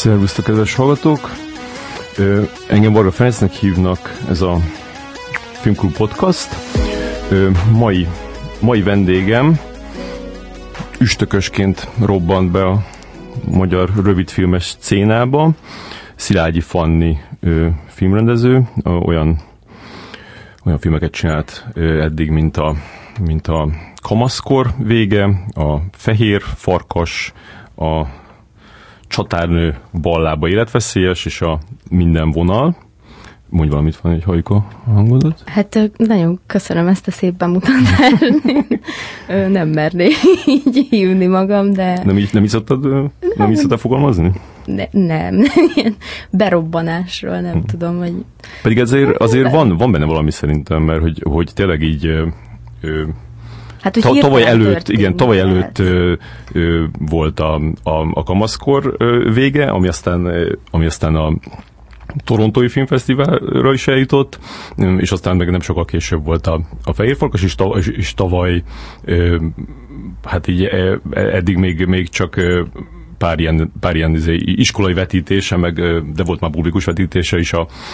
Szervusztok, kedves hallgatók! Engem Varga Ferencnek hívnak, ez a Filmklub Podcast. Mai vendégem üstökösként robbant be a magyar rövidfilmes szcénába. Szilágyi Fanni filmrendező, olyan filmeket csinált eddig, mint a Kamaszkor vége, a Fehér Farkas, a Csatárnő ballába életveszélyes, és a Minden vonal. Mondj valamit, van egy Hajka hangodat? Hát nagyon köszönöm ezt a szép bemutatást. Nem mernék így hívni magam, de... Nem is szoktál fogalmazni? Nem. Ilyen berobbanásról nem tudom, hogy... Pedig azért van benne valami szerintem, mert hogy tényleg így... Hát, hogy tavaly előtt volt a Kamaszkor vége, ami aztán a Torontói Filmfesztiválra is eljutott, és aztán meg nem sokkal később volt a Fehér Farkas, és tavaly hát így eddig még csak pár ilyen iskolai vetítése, de volt már publikus vetítése is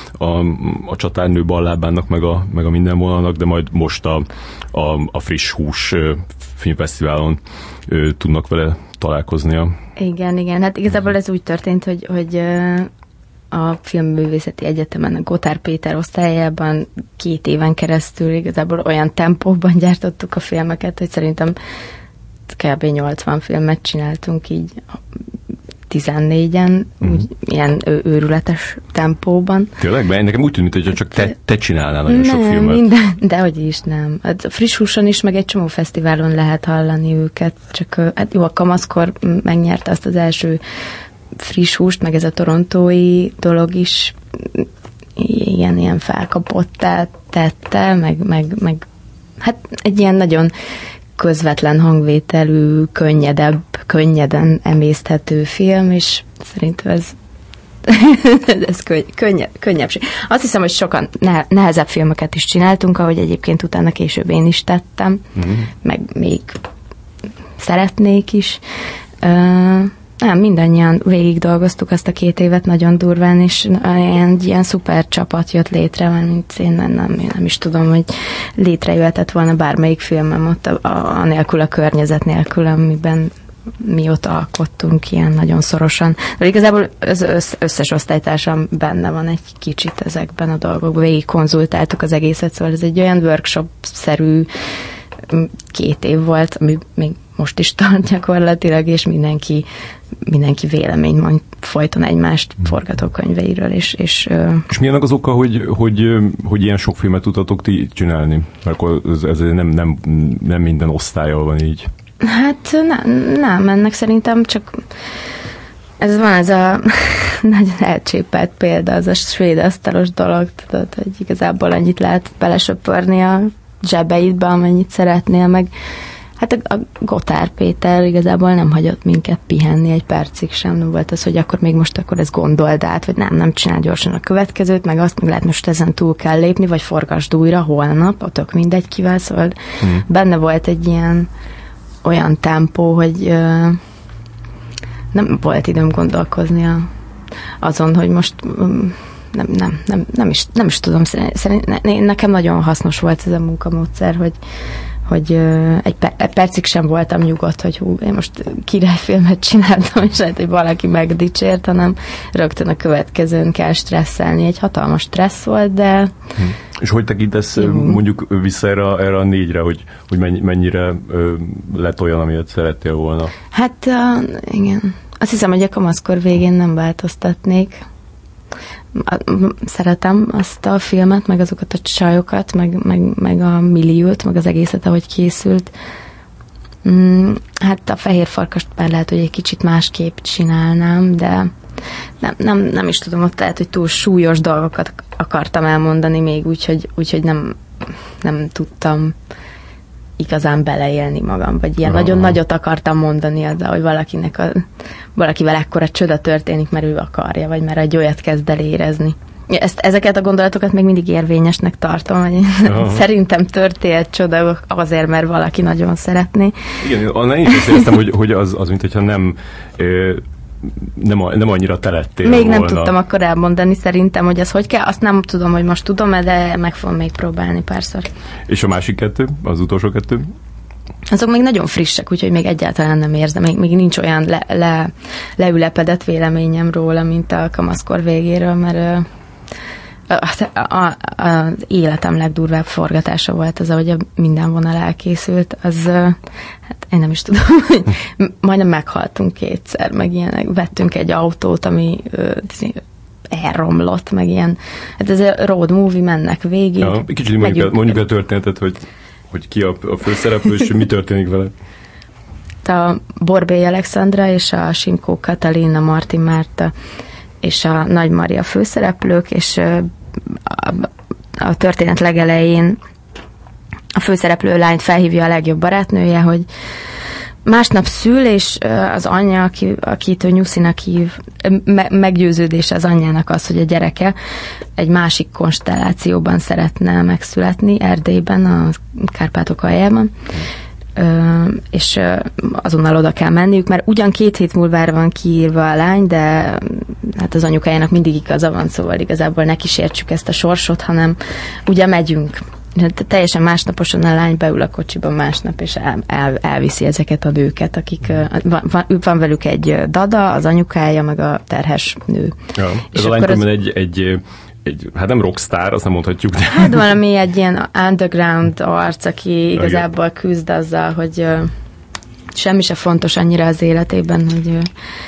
a Csatárnő ballábának, meg a Minden vonalnak, de majd most a Friss Hús filmfesztiválon tudnak vele találkoznia. Igen. Hát igazából ez úgy történt, hogy a Filmművészeti Egyetemen a Gotthárd Péter osztályában 2 éven keresztül igazából olyan tempóban gyártottuk a filmeket, hogy szerintem kb. 80 filmet csináltunk így 14-en, úgy, ilyen őrületes tempóban. Tényleg? Mert nekem úgy tűnt, hogy csak te csinálnál nagyon sok filmet. Dehogy is nem. Hát a Friss Húson is, meg egy csomó fesztiválon lehet hallani őket, csak hát jó, a Kamaszkor megnyerte azt az első Friss Húst, meg ez a torontói dolog is ilyen felkapottá tette, meg hát egy ilyen nagyon közvetlen hangvételű, könnyeden emészthető film, és szerintem ez könnyebbség. Azt hiszem, hogy sokan nehezebb filmeket is csináltunk, ahogy egyébként utána később én is tettem, meg még szeretnék is. Mindannyian végig dolgoztuk azt a 2 évet nagyon durván, és egy ilyen szuper csapat jött létre, mert mint én nem is tudom, hogy létrejöhetett volna bármelyik filmem ott anélkül a környezet nélkül, amiben mi ott alkottunk ilyen nagyon szorosan. De igazából az összes osztálytársam benne van egy kicsit ezekben a dolgokban. Végig konzultáltuk az egészet, szóval ez egy olyan workshop-szerű 2 év volt, ami még most is tart gyakorlatilag, és mindenki vélemény mond folyton egymást forgatókönyveiről, és milyenek az oka, hogy ilyen sok filmet tudtatok ti csinálni? Mert akkor ez nem minden osztállyal van így. Hát nem, ennek szerintem csak ez a nagyon elcsépelt példa, az a svéd asztalos dolog, tudod, hogy igazából annyit lehet belesöpörni a zsebeidbe, amennyit szeretnél, meg hát a Gotthárd Péter igazából nem hagyott minket pihenni egy percig sem. Nem volt az, hogy akkor ezt gondold át, vagy nem csinál gyorsan a következőt, meg azt meg lehet most ezen túl kell lépni, vagy forgasd újra holnap, tök mindegy kivel, szóval benne volt egy olyan tempó, hogy nem volt időm gondolkozni azon, hogy most nem is tudom, nekem nagyon hasznos volt ez a munkamódszer, hogy egy percig sem voltam nyugodt, hogy én most királyfilmet csináltam, és lehet, hogy valaki megdicsért, hanem rögtön a következőn kell stresszelni. Egy hatalmas stressz volt, de... És hogy tekintesz mondjuk vissza erre a 4-re, hogy mennyire lett olyan, amilyet szerettél volna? Hát igen. Azt hiszem, hogy a Kamaszkor végén nem változtatnék. Szeretem azt a filmet, meg azokat a csajokat, meg a milliót, meg az egészet, ahogy készült. Hát a Fehér Farkast már lehet, hogy egy kicsit másképp csinálnám, de nem is tudom, ott lehet, hogy túl súlyos dolgokat akartam elmondani még, úgyhogy nem tudtam igazán beleélni magam, vagy ilyen nagyon nagyot akartam mondani azzal, hogy valakivel ekkora csoda történik, mert ő akarja, vagy mert egy olyat kezd el érezni. Ezeket a gondolatokat még mindig érvényesnek tartom, hogy szerintem történt csoda azért, mert valaki nagyon szeretné. Igen, én is azt éreztem, hogy az mint hogyha nem annyira te lettél még volna. Nem tudtam akkor elmondani szerintem, hogy ez hogy kell. Azt nem tudom, hogy most tudom-e, de meg fogom még próbálni párszor. És a másik kettő? Az utolsó kettő? Azok még nagyon frissek, úgyhogy még egyáltalán nem érzem. Még nincs olyan leülepedett véleményem róla, mint a kamaszkor végéről, mert az életem legdurvább forgatása volt az, ahogy a minden vonal elkészült. Az, hát én nem is tudom, hogy majdnem meghaltunk kétszer, meg ilyenek. Vettünk egy autót, ami elromlott, meg ilyen. Hát ez a road movie, mennek végig. Ja, kicsit mondjuk a történetet, hogy ki a főszereplő, és mi történik vele. A Borbély Alexandra és a Simkó Katalin, a Martin Márta és a Nagy Maria főszereplők, és a történet legelején a főszereplő lányt felhívja a legjobb barátnője, hogy másnap szül, és az anyja, akit ő Nyuszinak hív, meggyőződése az anyjának az, hogy a gyereke egy másik konstellációban szeretne megszületni, Erdélyben, a Kárpátok aljában, és azonnal oda kell menniük, mert ugyan 2 hét múlva van kiírva a lány, de hát az anyukájának mindig igaza van, szóval igazából ne kísértsük ezt a sorsot, hanem ugye megyünk. Teljesen másnaposan a lány beül a kocsiba másnap, és elviszi ezeket a nőket, akik van velük egy dada, az anyukája, meg a terhes nő. Ja, ez a lány egy hát nem rockstar, azt nem mondhatjuk. De... Hát valami egy ilyen underground arc, aki igazából küzd azzal, hogy semmi se fontos annyira az életében, hogy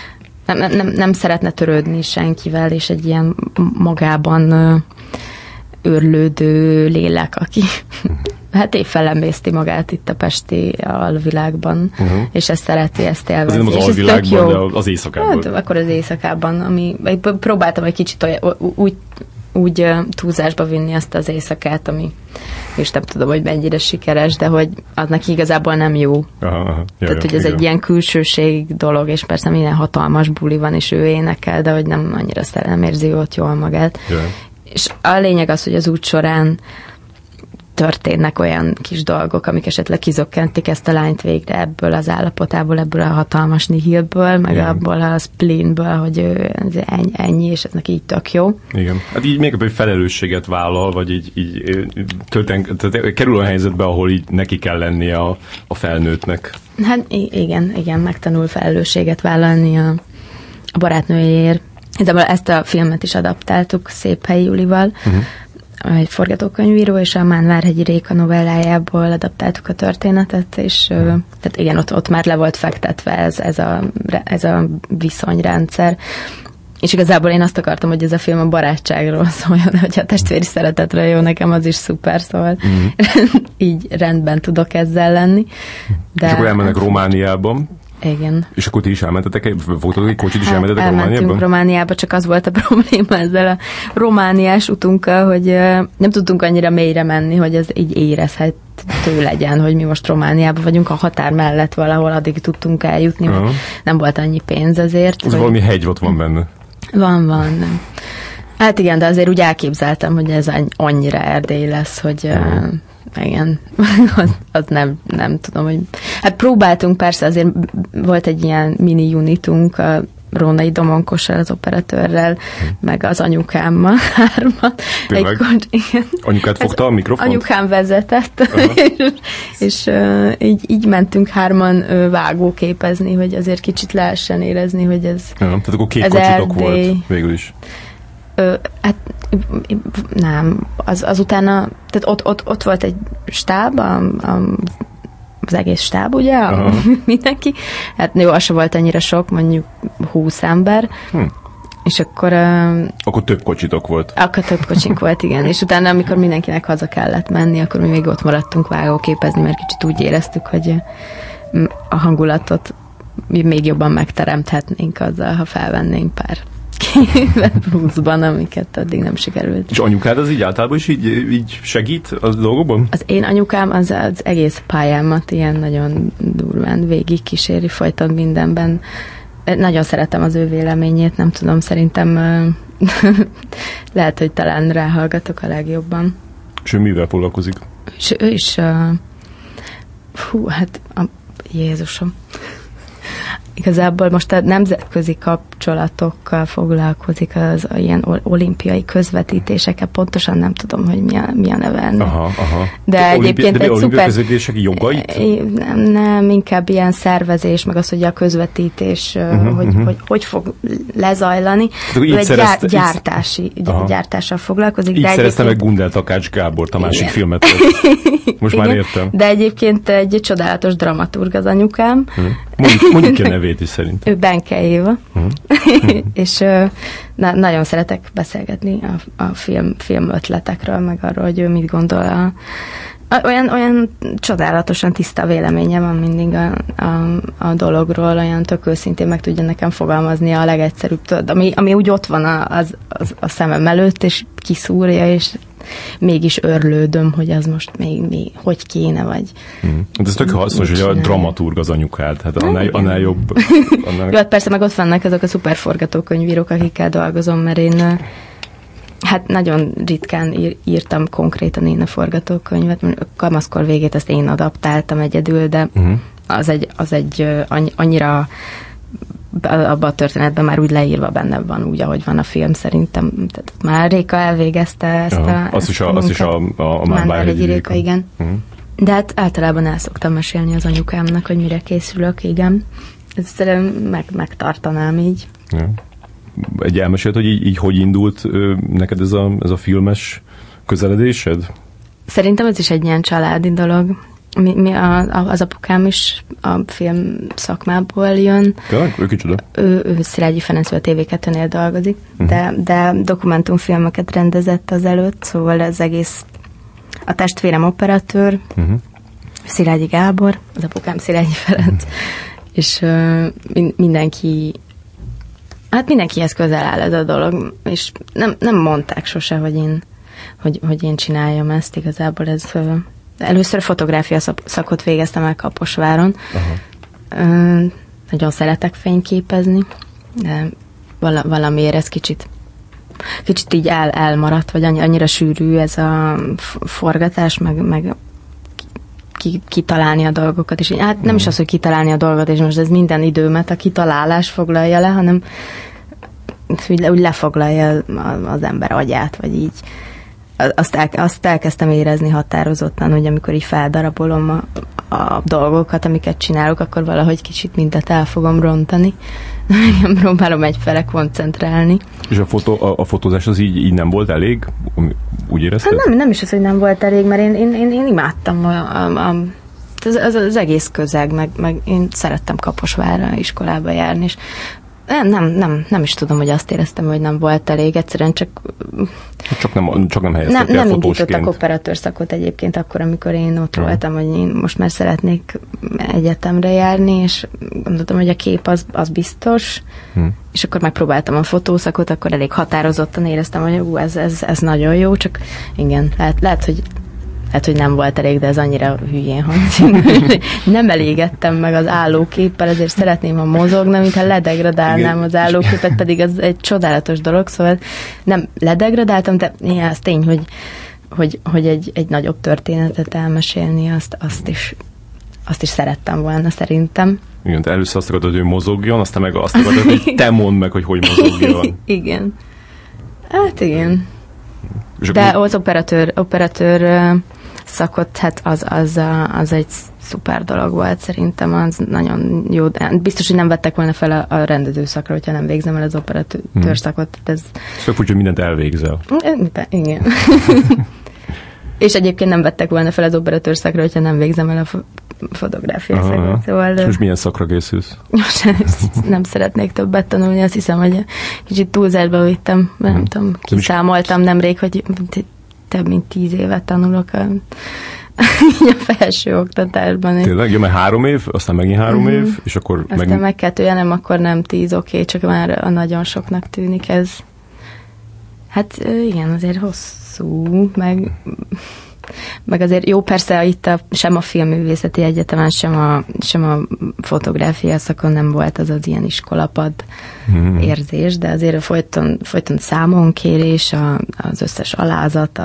nem szeretne törődni senkivel, és egy ilyen magában őrlődő lélek, aki hát éjfelemészti magát itt a pesti alvilágban, és ezt szereti, ezt élvezni. Ez nem az alvilágban, de az éjszakában. Hát, akkor az éjszakában, próbáltam egy kicsit úgy túlzásba vinni azt az éjszakát, ami és nem tudom, hogy mennyire sikeres, de hogy az neki igazából nem jó. Tehát, hogy ez egy ilyen külsőség dolog, és persze minden hatalmas buli van, és ő énekel, de hogy nem annyira nem érzi ott jól magát. Jaj. És a lényeg az, hogy az út során történnek olyan kis dolgok, amik esetleg kizökkentik ezt a lányt végre ebből az állapotából, ebből a hatalmas nihilből, meg abból a spleenből, hogy ő ennyi, és ez neki így tök jó. Igen. Hát így még egy felelősséget vállal, vagy így kerül a helyzetbe, ahol így neki kell lennie a felnőttnek. Hát igen, megtanul felelősséget vállalni a barátnőjéért. Ezt a filmet is adaptáltuk Széphelyi Julival, egy forgatókönyvíró, és a Mánvárhegyi Réka novellájából adaptáltuk a történetet, és tehát igen, ott már le volt fektetve ez a viszonyrendszer. És igazából én azt akartam, hogy ez a film a barátságról szóljon, hogy a testvéri szeretetről jó, nekem az is szuper, szóval így rendben tudok ezzel lenni. De és akkor elmennek Romániában. Igen. És akkor ti is elmentetek, voltatok egy kocsit is elmentetek Romániába? Elmentünk Romániába, csak az volt a probléma ezzel a romániás utunkkal, hogy nem tudtunk annyira mélyre menni, hogy ez így érezhető legyen, hogy mi most Romániában vagyunk, a határ mellett valahol addig tudtunk eljutni, mert nem volt annyi pénz ezért. Ez valami hegy ott van benne. Van. Nem. Hát igen, de azért úgy elképzeltem, hogy ez annyira Erdély lesz, hogy... Igen, az nem tudom, hogy... Hát próbáltunk, persze azért volt egy ilyen mini unitunk a Rónai Domonkossal, az operatőrrel, meg az anyukámmal, 3-an. Anyukát fogta a mikrofont? Anyukám vezetett, és így mentünk 3-an vágóképezni, hogy azért kicsit lehessen érezni, hogy ez... tehát akkor 2 kocsitok volt végül is. Hát nem, az utána, tehát ott volt egy stáb, az egész stáb, ugye, mindenki, hát jó, az se volt annyira sok, mondjuk 20 ember, és akkor... Akkor több kocsitok volt. Akkor több kocsink volt, igen, és utána, amikor mindenkinek haza kellett menni, akkor mi még ott maradtunk vágóképezni, mert kicsit úgy éreztük, hogy a hangulatot még jobban megteremthetnénk azzal, ha felvennénk pár pluszban, amiket addig nem sikerült. És anyukád az így általában is így segít az dolgokban? Az én anyukám az egész pályámat ilyen nagyon durván végig kíséri, folyton mindenben. Nagyon szeretem az ő véleményét, nem tudom, szerintem lehet, hogy talán ráhallgatok a legjobban. És ő mivel foglalkozik? És ő is Jézusom. igazából most a nemzetközi kapcsolatokkal foglalkozik, az ilyen olimpiai közvetítésekkel, pontosan nem tudom, hogy mi a neve ennek. Aha. De egyébként egy olimpiai közvetítések jogait? Nem, inkább ilyen szervezés, meg az, hogy a közvetítés hogy fog lezajlani. Egy gyártással foglalkozik. Így szerezte meg Gundel Takács Gábort, a másik filmet. Most már értem. De egyébként egy csodálatos dramaturg az anyukám. Mondjuk ki a nevét is szerint. Ő Benke Éva. És nagyon szeretek beszélgetni a film ötletekről, meg arról, hogy ő mit gondol. Olyan csodálatosan tiszta véleménye van mindig a dologról, olyan tök őszintén meg tudja nekem fogalmazni a legegyszerűbb, ami úgy ott van a szemem előtt, és kiszúrja, és mégis örlődöm, hogy az most még hogy kéne, vagy... De ez tök hasznos, hogy a dramaturg az anyukád, hát annál jobb... Jó, hát persze meg ott vannak azok a szuper forgatókönyvírók, akikkel dolgozom, mert én hát nagyon ritkán írtam konkrétan én a forgatókönyvet. A Kamaszkor végét azt én adaptáltam egyedül, de az egy annyira abban a történetben már úgy leírva benne van, úgy, ahogy van a film szerintem. Tehát már Réka elvégezte ezt azt is a Márvárhegyi Réka, igen. De hát általában el szoktam mesélni az anyukámnak, hogy mire készülök, igen. Ezt megtartanám így. Ja. Egy elmesélt, hogy így hogy indult neked ez a filmes közeledésed? Szerintem ez is egy ilyen családi dolog. Az apukám is a film szakmából jön. Ja, ő kicsoda? Ő Szilágyi Ferencvel a TV2-nél dolgozik, de dokumentumfilmeket rendezett azelőtt, szóval ez egész a testvérem operatőr, Szilágyi Gábor, az apukám Szilágyi Ferenc, és mindenkihez közel áll ez a dolog, és nem mondták sose, hogy én csináljam ezt, igazából ez... Először fotográfia szakot végeztem el Kaposváron. Nagyon szeretek fényképezni, de valamiért ez kicsit így elmaradt, vagy annyira sűrű ez a forgatás, meg kitalálni a dolgokat, és hát nem is az, hogy kitalálni a dolgot, és most ez minden időmet a kitalálás foglalja le, hanem úgy lefoglalja az ember agyát, vagy így. Azt elkezdtem érezni határozottan, hogy amikor így feldarabolom a dolgokat, amiket csinálok, akkor valahogy kicsit mindet el fogom rontani. Próbálom egyfele koncentrálni. És a fotózás az így nem volt elég? Úgy érezted? Hát nem is az, hogy nem volt elég, mert én imádtam az egész közeg, meg én szerettem Kaposvárra iskolába járni, és nem is tudom, hogy azt éreztem, hogy nem volt elég, egyszerűen csak nem helyeztek el nem fotósként. indítottak operatőrszakot egyébként akkor, amikor én ott voltam, hogy én most már szeretnék egyetemre járni, és gondoltam, hogy a kép az biztos, és akkor megpróbáltam a fotószakot, akkor elég határozottan éreztem, hogy ez nagyon jó, csak igen, lehet, hogy nem volt elég, de ez annyira hülyén hangzik. Nem elégettem meg az állóképpel, ezért szeretném, ha mozogna, mintha ledegradálnám az állóképet, pedig az egy csodálatos dolog, szóval nem ledegradáltam, de az tény, hogy egy nagyobb történetet elmesélni, azt is szerettem volna, szerintem. Igen, de először azt akarod, hogy ő mozogjon, aztán meg azt akarod, hogy te mondd meg, hogy mozogjon. Igen. Hát igen. De az operatőr szakot, hát az egy szuper dolog volt, szerintem az nagyon jó. Biztos, hogy nem vettek volna fel a rendezőszakra, hogyha nem végzem el az operatőr szakot. Ez... Szóval hogy mindent elvégzel. Igen. És egyébként nem vettek volna fel az operatőr szakra, hogyha nem végzem el a fotográfia szakot. Szóval, és most milyen szakra készülsz? Nem szeretnék többet tanulni, azt hiszem, hogy kicsit túlzásba vittem, nem tudom, kiszámoltam nemrég, hogy több mint 10 évet tanulok a felső oktatásban. Tényleg? Ja, mert 3 év, aztán megint 3 év, és akkor... Aztán meg 2, nem, akkor nem 10, oké, csak már a nagyon soknak tűnik ez. Hát igen, azért hosszú, meg azért jó, persze itt sem a Filmművészeti Egyetemen, sem a fotográfia szakon nem volt az ilyen iskolapad érzés, de azért folyton számonkérés, az összes alázat,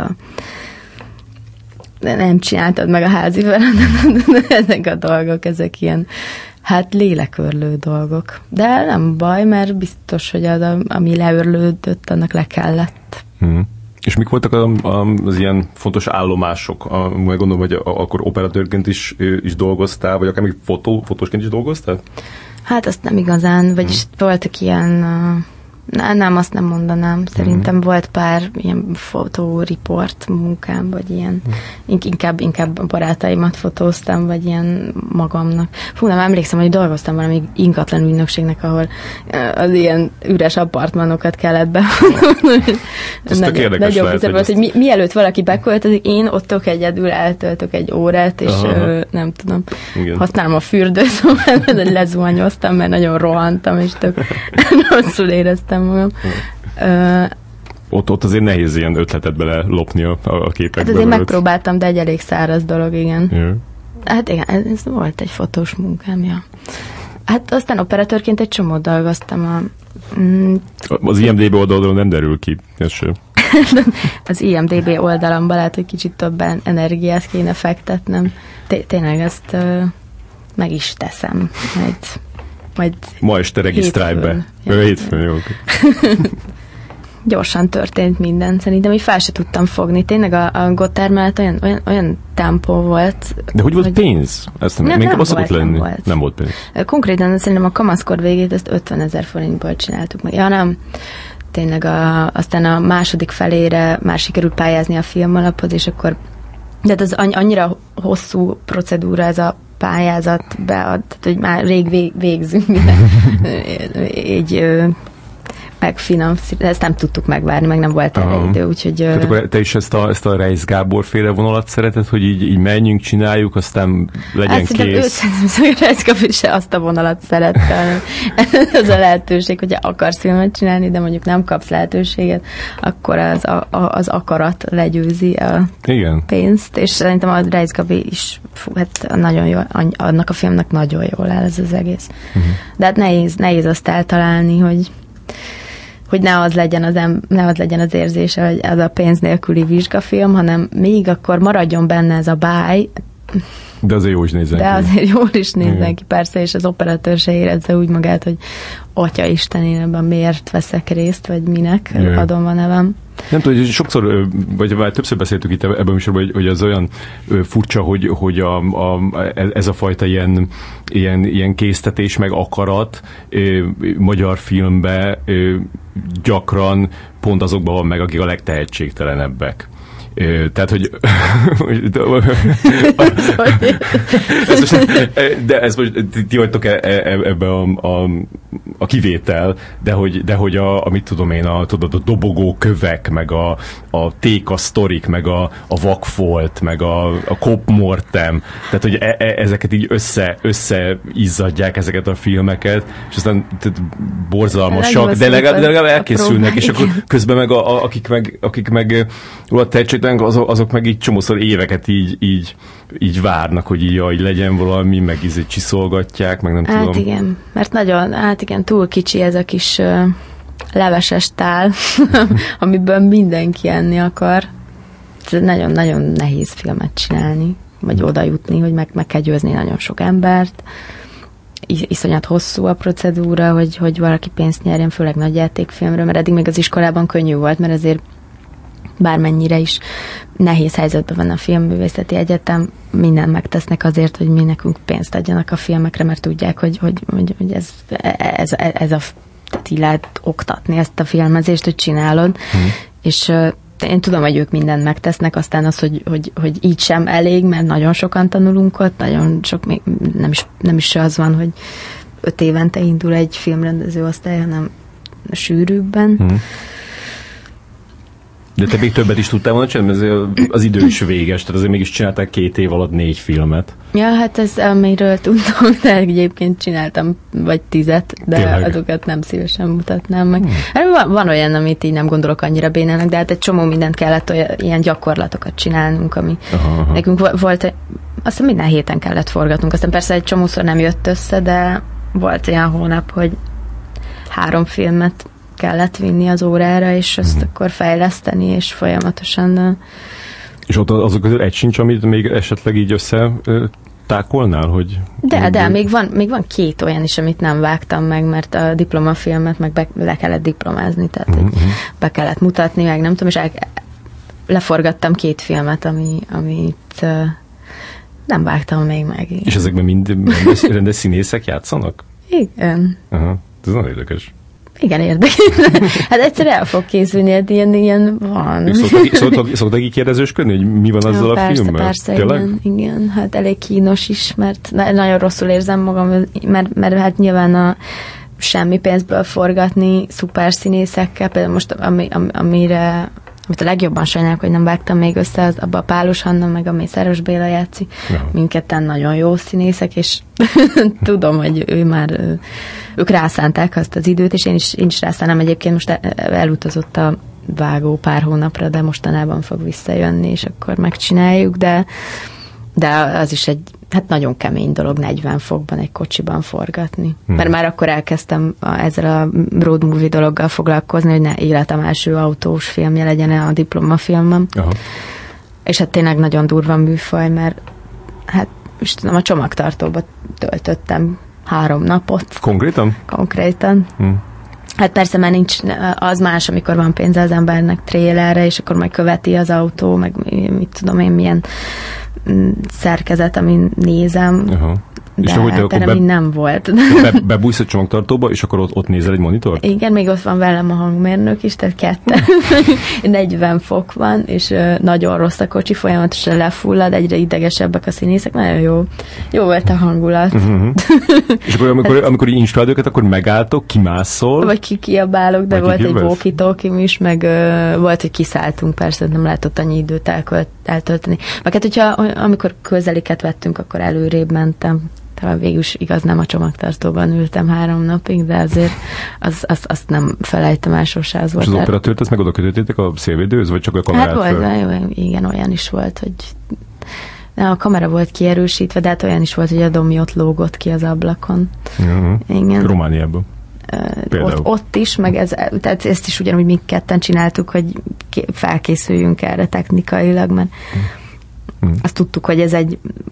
nem csináltad meg a házi feladatot, ezek a dolgok, ezek ilyen Hát lélekörlő dolgok. De nem baj, mert biztos, hogy az, ami leörlődött, annak le kellett. És mik voltak az ilyen fontos állomások? Meg gondolom, hogy akkor operatőrként is dolgoztál, vagy akár még fotósként is dolgoztál? Hát azt nem igazán, vagyis voltak ilyen... Nem, azt nem mondanám. Szerintem volt pár ilyen fotóriport munkám, vagy ilyen inkább barátaimat fotóztam, vagy ilyen magamnak. Fú, nem emlékszem, hogy dolgoztam valami ingatlan ügynökségnek, ahol az ilyen üres apartmanokat kellett befotózni. Ez tök érdekes lehet. Volt, hogy mielőtt valaki beköltözik, én ott egyedül eltöltök egy órát, és nem tudom, használom a fürdőt, szóval lezuhanyoztam, mert nagyon rohantam, és tök rosszul éreztem magam. Ott azért nehéz ilyen ötletet bele lopni a képekbe. Hát azért megpróbáltam, de egy elég száraz dolog, igen. Yeah. Hát igen, ez volt egy fotós munkám, ja. Hát aztán operatőrként egy csomót dolgoztam. Az IMDb oldalon nem derül ki, ez sem. Az IMDb oldalamban lehet, hogy kicsit több energiát kéne fektetnem. Tényleg ezt meg is teszem. Majd ma este regisztrálj be. Hétfőn, jó. Gyorsan történt minden, szerintem, hogy fel se tudtam fogni. Tényleg a Gotthard mellett olyan tempó volt. De hogy volt pénz? Ezt nem volt, lenni. Nem volt pénz. Konkrétan szerintem a kamaszkor végét ezt 50 000 forintból csináltuk meg. Ja, nem. Tényleg aztán a második felére már sikerült pályázni a filmalaphoz, és akkor de az annyira hosszú procedúra ez a pályázat bead, hogy már rég végzünk minden. Így ezt nem tudtuk megvárni, meg nem volt erre idő, úgyhogy... Tehát akkor te is ezt a Reisz Gábor féle vonalat szereted, hogy így menjünk, csináljuk, aztán legyen kész? Reisz Gábor is azt a vonalat szerette. Ez a lehetőség, hogyha akarsz filmet csinálni, de mondjuk nem kapsz lehetőséget, akkor az akarat legyőzi a pénzt, és szerintem a Reisz Gábor is hát nagyon jó, annak a filmnek nagyon jól áll ez az egész. De hát nehéz azt eltalálni, hogy ne az legyen az érzése, hogy ez a pénz nélküli vizsgafilm, hanem még akkor maradjon benne ez a báj. De azért jól is nézzen ki. De azért jól is nézzen ki, persze, és az operatőr se érezze úgy magát, hogy Atya Isten, én ebben miért veszek részt, vagy minek adom a nevem. Nem tudom, hogy sokszor, vagy már többször beszéltük itt ebben a műsorban, hogy az olyan furcsa, hogy ez a fajta ilyen késztetés meg akarat magyar filmbe gyakran pont azokban van meg, akik a legtehetségtelenebbek. Tehát, hogy de ez most ti vagytok ebbe a kivétel, de hogy mit tudom én, a dobogó kövek, meg a téka sztorik, meg a vakfolt, meg a kopmortem, tehát hogy ezeket így összeizzadják ezeket a filmeket, és aztán borzalmasak, de legalább elkészülnek, és akkor közben meg akik meg azok meg így csomószor éveket így várnak, hogy így legyen valami, meg így csiszolgatják, meg nem tudom. Hát igen, mert nagyon, túl kicsi ez a kis leveses tál, amiből mindenki enni akar. Nagyon-nagyon nehéz filmet csinálni, vagy oda jutni, hogy meg kell győzni nagyon sok embert. Iszonyat hosszú a procedúra, hogy valaki pénzt nyerjen, főleg nagyjátékfilmről, mert eddig még az iskolában könnyű volt, mert azért bármennyire is nehéz helyzetben van a Filmművészeti Egyetem, mindent megtesznek azért, hogy mi nekünk pénzt adjanak a filmekre, mert tudják, hogy ez a tehát így lehet oktatni ezt a filmezést, hogy csinálod, és én tudom, hogy ők mindent megtesznek, aztán az, hogy így sem elég, mert nagyon sokan tanulunk ott, nagyon sok, még nem is az van, hogy 5 évente indul egy filmrendező osztály, hanem sűrűbben. De te még többet is tudtál volna csinálni, mert az idő is véges, tehát azért mégis csinálták 2 év alatt 4 filmet. Ja, hát ez amiről tudom, de egyébként csináltam vagy 10, de tényleg? Azokat nem szívesen mutatnám meg. Van olyan, amit így nem gondolok annyira bénának, de hát egy csomó mindent kellett ilyen gyakorlatokat csinálnunk, ami nekünk volt, azt hiszem minden héten kellett forgatnunk, aztán persze egy csomószor nem jött össze, de volt olyan hónap, hogy 3 filmet kellett vinni az órára, és azt akkor fejleszteni, és folyamatosan... És ott azok közül egy sincs, amit még esetleg így össze stákolnál, hogy... De még van 2 olyan is, amit nem vágtam meg, mert a diplomafilmet meg le kellett diplomázni, tehát be kellett mutatni, meg nem tudom, és leforgattam 2 filmet, amit nem vágtam még meg. Igen. És ezekben mind rendes színészek játszanak? Igen. Aha, ez nagyon érdekes. Igen, érdekes. Hát egyszer el fog készülni, ilyen van. Szoktak így kérdezősködni, hogy mi van azzal a filmmel? Persze, igen. Hát elég kínos is, mert nagyon rosszul érzem magam, mert hát nyilván semmi pénzből forgatni szuperszínészekkel, például most amit a legjobban sajnálok, hogy nem vágtam még össze, az abban a Pálos Hanna, meg a Mészáros Béla játszik. Mindketten nagyon jó színészek, és tudom, hogy ők rászánták azt az időt, és én is rászánnám. Egyébként most elutazott a vágó pár hónapra, de mostanában fog visszajönni, és akkor megcsináljuk, de az is egy nagyon kemény dolog 40 fokban egy kocsiban forgatni. Mert már akkor elkezdtem ezzel a road movie dologgal foglalkozni, hogy ne életem első autós filmje legyen a diplomafilmem. Aha. És hát tényleg nagyon durva műfaj, mert hát most tudom, a csomagtartóba töltöttem 3 napot. Konkrétan. Hát persze már nincs, az más, amikor van pénze az embernek trélerre, és akkor majd követi az autó, meg mit tudom én, milyen szerkezet, amin nézem. Aha. De hát erre mind nem volt. Bebújsz a csomagtartóba, és akkor ott nézel egy monitort? Igen, még ott van velem a hangmérnök is, tehát 2. 40 fok van, és nagyon rossz a kocsi, folyamatosan lefullad, egyre idegesebbek a színészek, nagyon jó volt a hangulat. És akkor amikor így installálod őket, akkor megálltok, kimászol? Vagy kiabálok, de volt egy walkie-talkie is, meg volt, hogy kiszálltunk, persze, nem lehetett annyi időt eltölteni. Meg hát, hogyha amikor közeliket vettünk, akkor előrébb mentem. Talán végül is igaz, nem a csomagtartóban ültem 3 napig, de azért azt nem felejtem el sose. Az volt. És az operatőrt, ezt meg oda kötöttétek a szélvédőhöz, vagy csak a kamerát? Hát volt, igen, olyan is volt, hogy a kamera volt kierősítve, de hát olyan is volt, hogy a Domi ott lógott ki az ablakon. Igen. Romániában. Ott is, meg tehát ezt is ugyanúgy mi ketten csináltuk, hogy felkészüljünk erre technikailag, mert azt tudtuk, hogy ez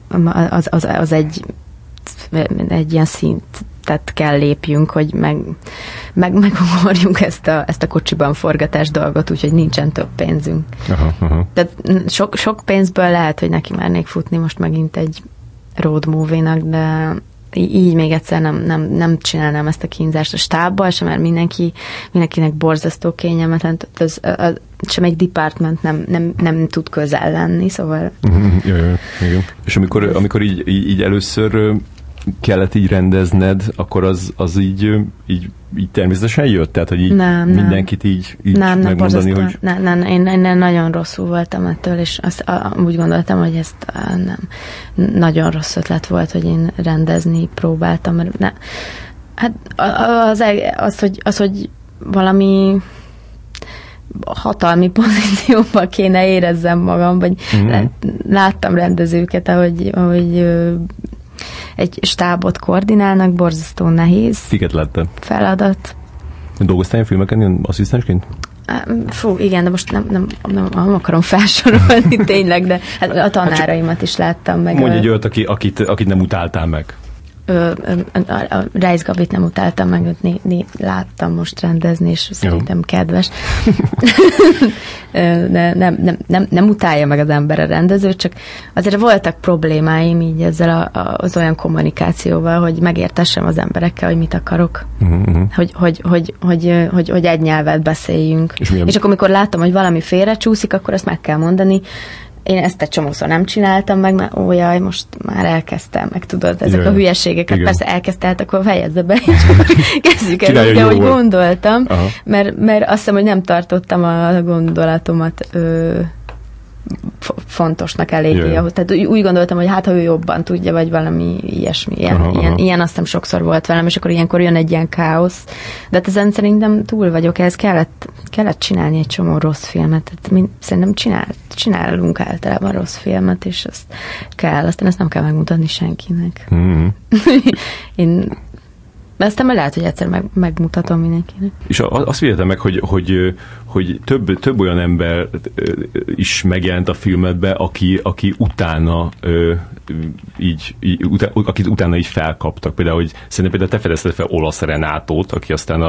egy ilyen szint, tehát kell lépjünk, hogy megugorjunk ezt a kocsiban forgatás dolgot, úgyhogy nincsen több pénzünk. Aha. Tehát sok pénzből lehet, hogy neki mernék futni most megint egy road movie-nak, de így még egyszer nem csinálnám ezt a kínzást a stábbal sem, mert mindenkinek borzasztó kényelmetlen, sem egy department nem tud közel lenni, szóval... Igen. És amikor így először kellett így rendezned, akkor az így természetesen jött? Tehát, hogy így mindenkit így megmondani, hogy... Nem, én nagyon rosszul voltam ettől, és úgy gondoltam, hogy ezt nem. Nagyon rossz ötlet volt, hogy én rendezni próbáltam, mert hát az, hogy valami hatalmi pozícióban kéne érezzem magam, vagy láttam rendezőket, ahogy egy stábot koordinálnak, borzasztó nehéz. Kiket letted? Feladat. Dolgoztál ilyen filmeken ilyen asszisztensként? Fú, igen, de most nem akarom felsorolni tényleg, de hát a tanáraimat is láttam meg. Mondj egy olyat, akit nem utáltál meg. A Reis Gabit nem utáltam meg, őt láttam most rendezni, és szerintem kedves. De nem utálja meg az ember a rendezőt, csak azért voltak problémáim így ezzel az olyan kommunikációval, hogy megértessem az emberekkel, hogy mit akarok. Hogy egy nyelvet beszéljünk. És akkor, amikor látom, hogy valami félrecsúszik, akkor ezt meg kell mondani. Én ezt egy csomószor nem csináltam meg, mert jaj, most már elkezdtem, meg tudod, ezek a hülyeségeket, igen. Persze elkezdte, akkor fejezze be, és kezdjük el úgy, ahogy gondoltam, mert azt hiszem, hogy nem tartottam a gondolatomat fontosnak eléggé ahhoz. Tehát úgy gondoltam, hogy hát, ha ő jobban tudja, vagy valami ilyesmi. Ilyen azt hiszem sokszor volt velem, és akkor ilyenkor jön egy ilyen káosz. De hát ezen szerintem túl vagyok, ehhez kellett csinálni egy csomó rossz filmet. Tehát szerintem csinálunk általában rossz filmet, és azt kell, aztán ezt nem kell megmutatni senkinek. Aztán lehet, hogy egyszer megmutatom mindenkinek. És azt figyeltem meg, hogy több olyan ember is megjelent a filmedbe, aki utána akit utána így felkaptak. Például, hogy szerintem például te fedezted fel Olasz Renátót, aki aztán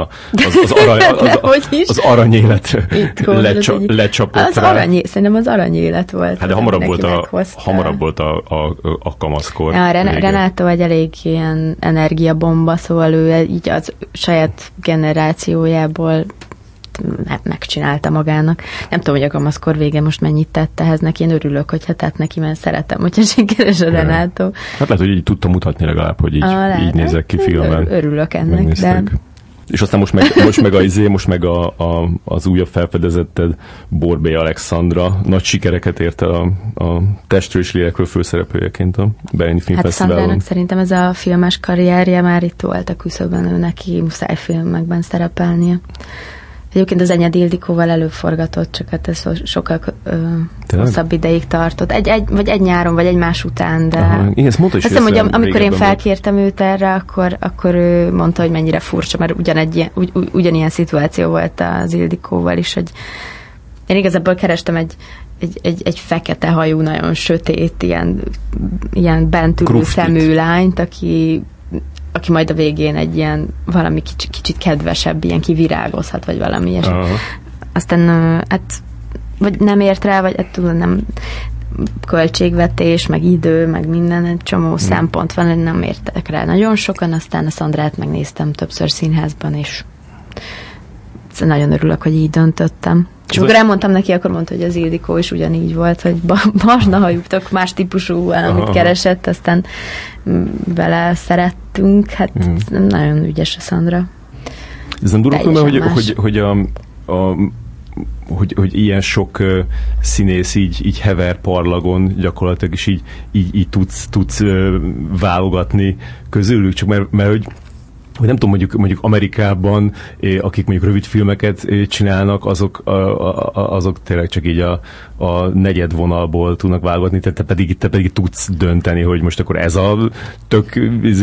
az aranyélet lecsapott rá. Szerintem az aranyélet volt. Hát de hamarabb volt a kamaszkor. Ja, Renátó egy elég ilyen energiabomba, szóval ő így az saját generációjából megcsinálta magának. Nem tudom, hogy a kamaszkor vége most mennyit tett ehhez neki. Én örülök, hogyha tett neki, mert szeretem, hogyha sikeres a Renátó. Hát lehet, hogy így tudtam mutatni legalább, hogy így nézek ki filmen. Örülök ennek, de... És aztán most meg az újabb felfedezetted, Borbély Alexandra nagy sikereket ért a Testről és lélekről főszereplőjeként a Berlini Filmfesztiválon. Hát Szandrának szerintem ez a filmes karrierje már itt volt a küszöbön, ő neki muszáj filmekben szerepelnie. Egyébként az Enyedi Ildikóval előforgatott, csak hát ez sokkal hosszabb ideig tartott. Vagy egy nyáron, vagy egymás után, de igen, ezt mondta, azt hiszem, hogy amikor én felkértem őt erre, akkor ő mondta, hogy mennyire furcsa, mert ugyanilyen szituáció volt az Ildikóval is, hogy én igazából kerestem egy fekete hajú, nagyon sötét, ilyen bentülő szemű lányt, aki majd a végén egy ilyen valami kicsit kedvesebb, ilyen kivirágozhat, vagy valami ilyesmi. Aztán hát vagy nem ért rá, vagy tudom, nem költségvetés, meg idő, meg minden, egy csomó szempont van, hogy nem értek rá nagyon sokan, aztán a Szandrát megnéztem többször színházban, és nagyon örülök, hogy így döntöttem. És amikor elmondtam neki, akkor mondta, hogy az Ildikó is ugyanígy volt, hogy barna hajú, tök más típusú valamit keresett, aztán vele szerettünk, hát nagyon ügyes a Szandra. Ez nem durva, hogy ilyen sok színész így hever parlagon gyakorlatilag, és így tudsz válogatni közülük, csak mert hogy nem tudom, mondjuk Amerikában, akik mondjuk rövid filmeket csinálnak, azok tényleg csak így a negyed vonalból tudnak válogatni, te pedig tudsz dönteni, hogy most akkor ez a tök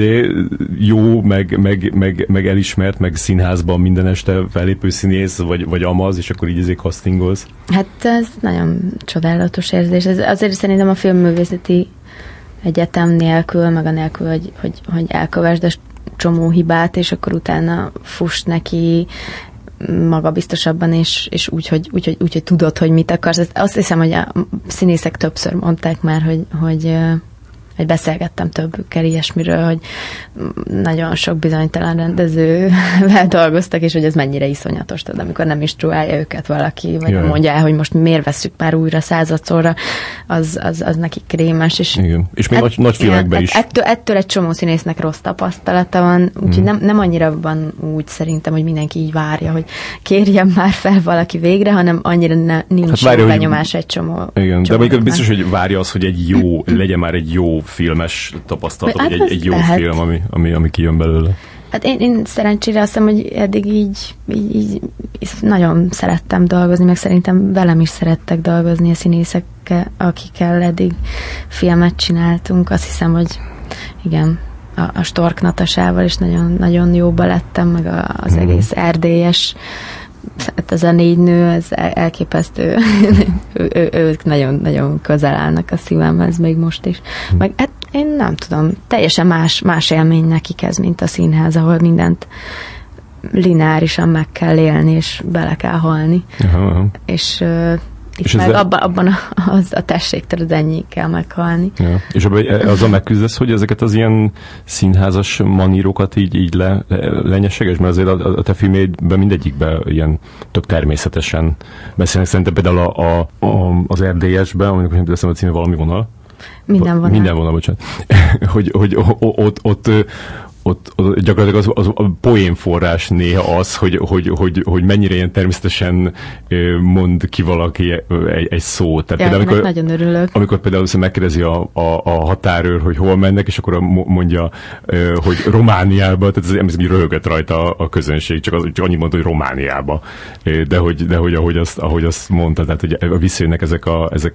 jó, meg elismert, meg színházban minden este fellépő színész, vagy amaz, és akkor így castingolsz. Hát ez nagyon csodálatos érzés. Ez azért szerintem a filmművészeti egyetem nélkül, meg anélkül, hogy elkövesd a csomó hibát, és akkor utána fuss neki magabiztosabban, és úgy, hogy tudod, hogy mit akarsz. Azt hiszem, hogy a színészek többször mondták már, hogy beszélgettem többükkel ilyesmiről, hogy nagyon sok bizonytalan rendezővel dolgoztak, és hogy ez mennyire iszonyatos, tudod, amikor nem is trúálja őket valaki, vagy mondja el, hogy most miért vesszük már újra századszorra, az neki krémes. Igen. És még nagy filmekben is. Ettől egy csomó színésznek rossz tapasztalata van, úgyhogy nem annyira van úgy szerintem, hogy mindenki így várja, hogy kérjen már fel valaki végre, hanem annyira nincs benyomás egy csomó. Igen, de mondjuk biztos, hogy várja az, hogy legyen már egy jó filmes tapasztalat, vagy egy jó film, ami kijön belőle. Hát én szerencsére azt hiszem, hogy eddig így nagyon szerettem dolgozni, meg szerintem velem is szerettek dolgozni a színészekkel, akikkel eddig filmet csináltunk. Azt hiszem, hogy igen, a Stork Natasával is nagyon, nagyon jóba lettem, meg az egész erdélyes, hát ez a 4 nő, ez elképesztő. ők nagyon közel állnak a szívemhez, még most is. Meg hát én nem tudom, teljesen más élmény nekik ez, mint a színház, ahol mindent lineárisan meg kell élni, és bele kell halni. Aha. És meg abban a tességtől az ennyi kell meghalni. Ja. És azzal megküzdesz, hogy ezeket az ilyen színházas manírokat így lenyeseges? Mert azért a te filmjeidben mindegyikben ilyen tök természetesen beszélnek. Szerintem például az erdélyesben, amikor nem teszem a címe Valami vonal. Minden vonal, bocsánat. hogy ott gyakorlatilag az a poénforrás néha az, hogy mennyire ilyen természetesen mond ki valaki egy szót. Tehát például, nagyon örülök. Amikor például megkérdezi a határőr, hogy hol mennek, és akkor mondja, hogy Romániába, tehát ez röhögött rajta a közönség, csak annyit mondta, hogy Romániába. De hogy ahogy azt mondta, tehát hogy visszajönnek ezek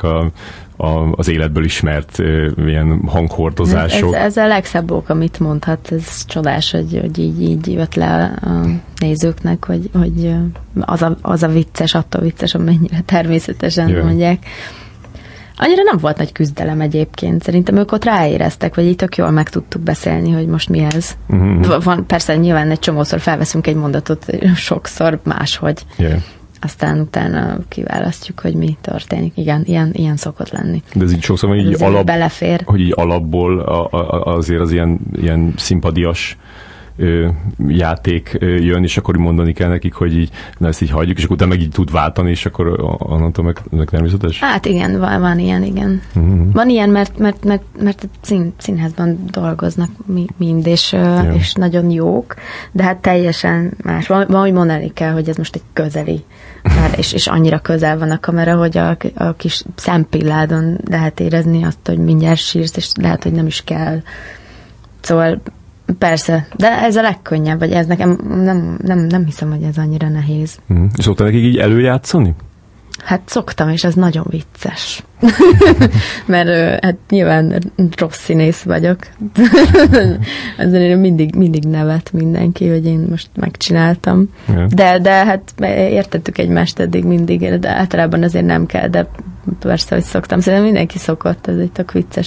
az életből ismert ilyen hanghordozások. Ez a legszebb ok, amit mondhat, ez az csodás, hogy így jött le a nézőknek, hogy az a vicces, attól vicces, amennyire természetesen mondják. Annyira nem volt nagy küzdelem egyébként. Szerintem ők ott ráéreztek, vagy így tök jól meg tudtuk beszélni, hogy most mi ez. Van, persze nyilván egy csomószor felveszünk egy mondatot, sokszor máshogy. Yeah. Aztán utána kiválasztjuk, hogy mi történik. Igen, ilyen szokott lenni. De ez így sokszor így belefér. Hogy így alapból azért az ilyen szimpadias játék jön, és akkor mondani kell nekik, hogy így, na ezt így hagyjuk, és akkor utána meg így tud váltani, és akkor onnantól meg természetes? Hát igen, van ilyen, igen. Van ilyen, mert színházban dolgoznak mind, és nagyon jók, de hát teljesen más. Valahogy mondani kell, hogy ez most egy közeli, és annyira közel van a kamera, hogy a kis szempilládon lehet érezni azt, hogy mindjárt sírsz, és lehet, hogy nem is kell. Szóval persze, de ez a legkönnyebb, vagy ez nekem nem hiszem, hogy ez annyira nehéz. Szoktál nekik így előjátszani? Hát szoktam, és ez nagyon vicces. Mert hát nyilván rossz színész vagyok. Azért mindig nevet mindenki, hogy én most megcsináltam. Yeah. De hát értettük egymást eddig mindig, de általában azért nem kell, de persze, hogy szoktam. Szerintem mindenki szokott, ez egy tök vicces.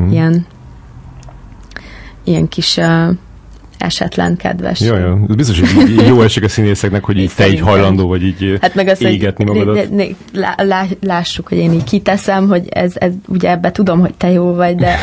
Ilyen kis esetlen kedves. Jaj. Ez biztos, hogy jó esik a színészeknek, hogy így te így hajlandó, vagy így hát meg azt, égetni magadat. Lássuk, hogy én így kiteszem, hogy ez ugye ebbe tudom, hogy te jó vagy, de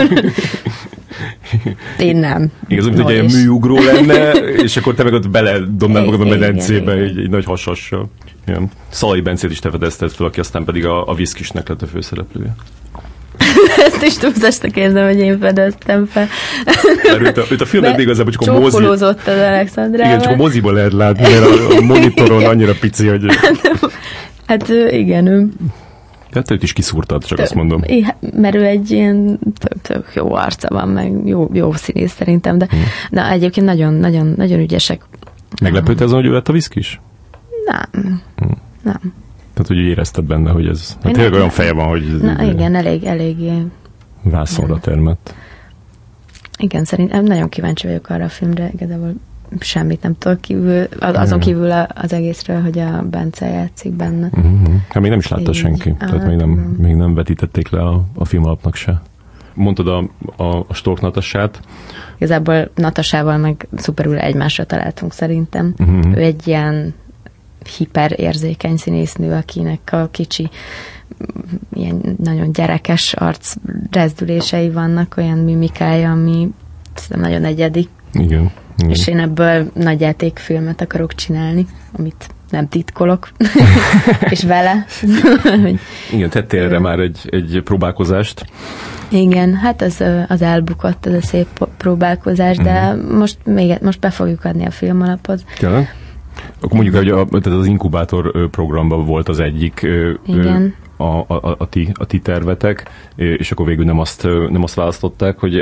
én nem. Igaz, mint hogy egy műugró lenne, és akkor te meg ott beledobnád magad a medencébe egy nagy hasassal. Szalai Bencét is te fedezted fel, aki aztán pedig a Viszkisnek lett a főszereplője. Ezt is túlzásnak érzem, hogy én fedeztem fel. Őt a filmekben igazából csak a mozi... Csókolózott az Alexandrával. Igen, csak a moziból lehet látni, mert a monitoron annyira pici, hogy... Hát igen, ő... Hát őt is kiszúrtad, csak azt mondom. Mert ő egy ilyen tök jó arca van, meg jó színész szerintem, de na, egyébként nagyon ügyesek. Meglepődte azon, hogy ő lett a Viszkis? Nem. Tehát, hogy érezted benne, hogy ez... Hát tényleg olyan feje van, hogy... Na igen, eléggé... Vászonra termett. Igen, szerintem nagyon kíváncsi vagyok arra a filmre, igazából semmit nem tudok kívül, azon kívül az egészről, hogy a Bence játszik benne. Hát még nem is látta senki, tehát még nem vetítették le a filmalapnak se. Mondtad a Stork Natassát. Igazából Natasával meg szuperül egymásra találtunk szerintem. Ő egy ilyen hiperérzékeny színésznő, akinek a kicsi ilyen nagyon gyerekes arc rezdülései vannak, olyan mimikája, ami nagyon egyedi. Igen. És én ebből nagy játékfilmet akarok csinálni, amit nem titkolok. És vele. Igen, tettél erre már egy próbálkozást. Igen, hát az elbukott, ez a szép próbálkozás, de most be fogjuk adni a filmalapot. Tényleg? Akkor mondjuk, hogy tehát az inkubátor programban volt az egyik a ti tervetek, és akkor végül nem azt választották, hogy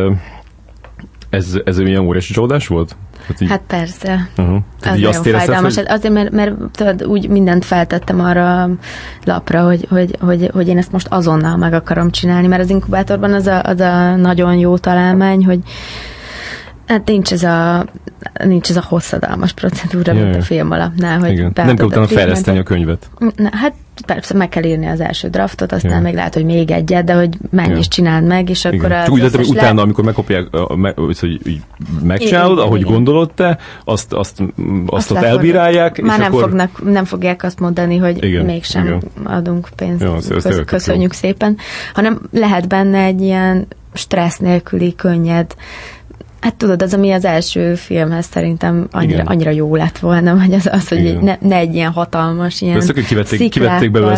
ez milyen óriási csalódás volt? Hát persze. Az nagyon fájdalmas. Hogy... Azért, mert tudod, úgy mindent feltettem arra a lapra, hogy én ezt most azonnal meg akarom csinálni, mert az inkubátorban az a nagyon jó találmány, hogy hát nincs ez a hosszadalmas procedúra, mint a film alapnál, hogy nem kell utána fejleszteni a könyvet. Hát persze meg kell írni az első draftot, aztán még lehet, hogy még egyet, de hogy menj és csináld meg, és akkor úgy lehet, hogy utána, amikor megkopják, hogy megcsinálod, ahogy gondolod te, azt ott elbírálják, már és akkor... nem fogják azt mondani, hogy mégsem adunk pénzt, köszönjük szépen, hanem lehet benne egy ilyen stressz nélküli, könnyed. Hát tudod, az, ami az első filmhez szerintem annyira jó lett volna, vagy az hogy ne egy ilyen hatalmas, ilyen kivették belőle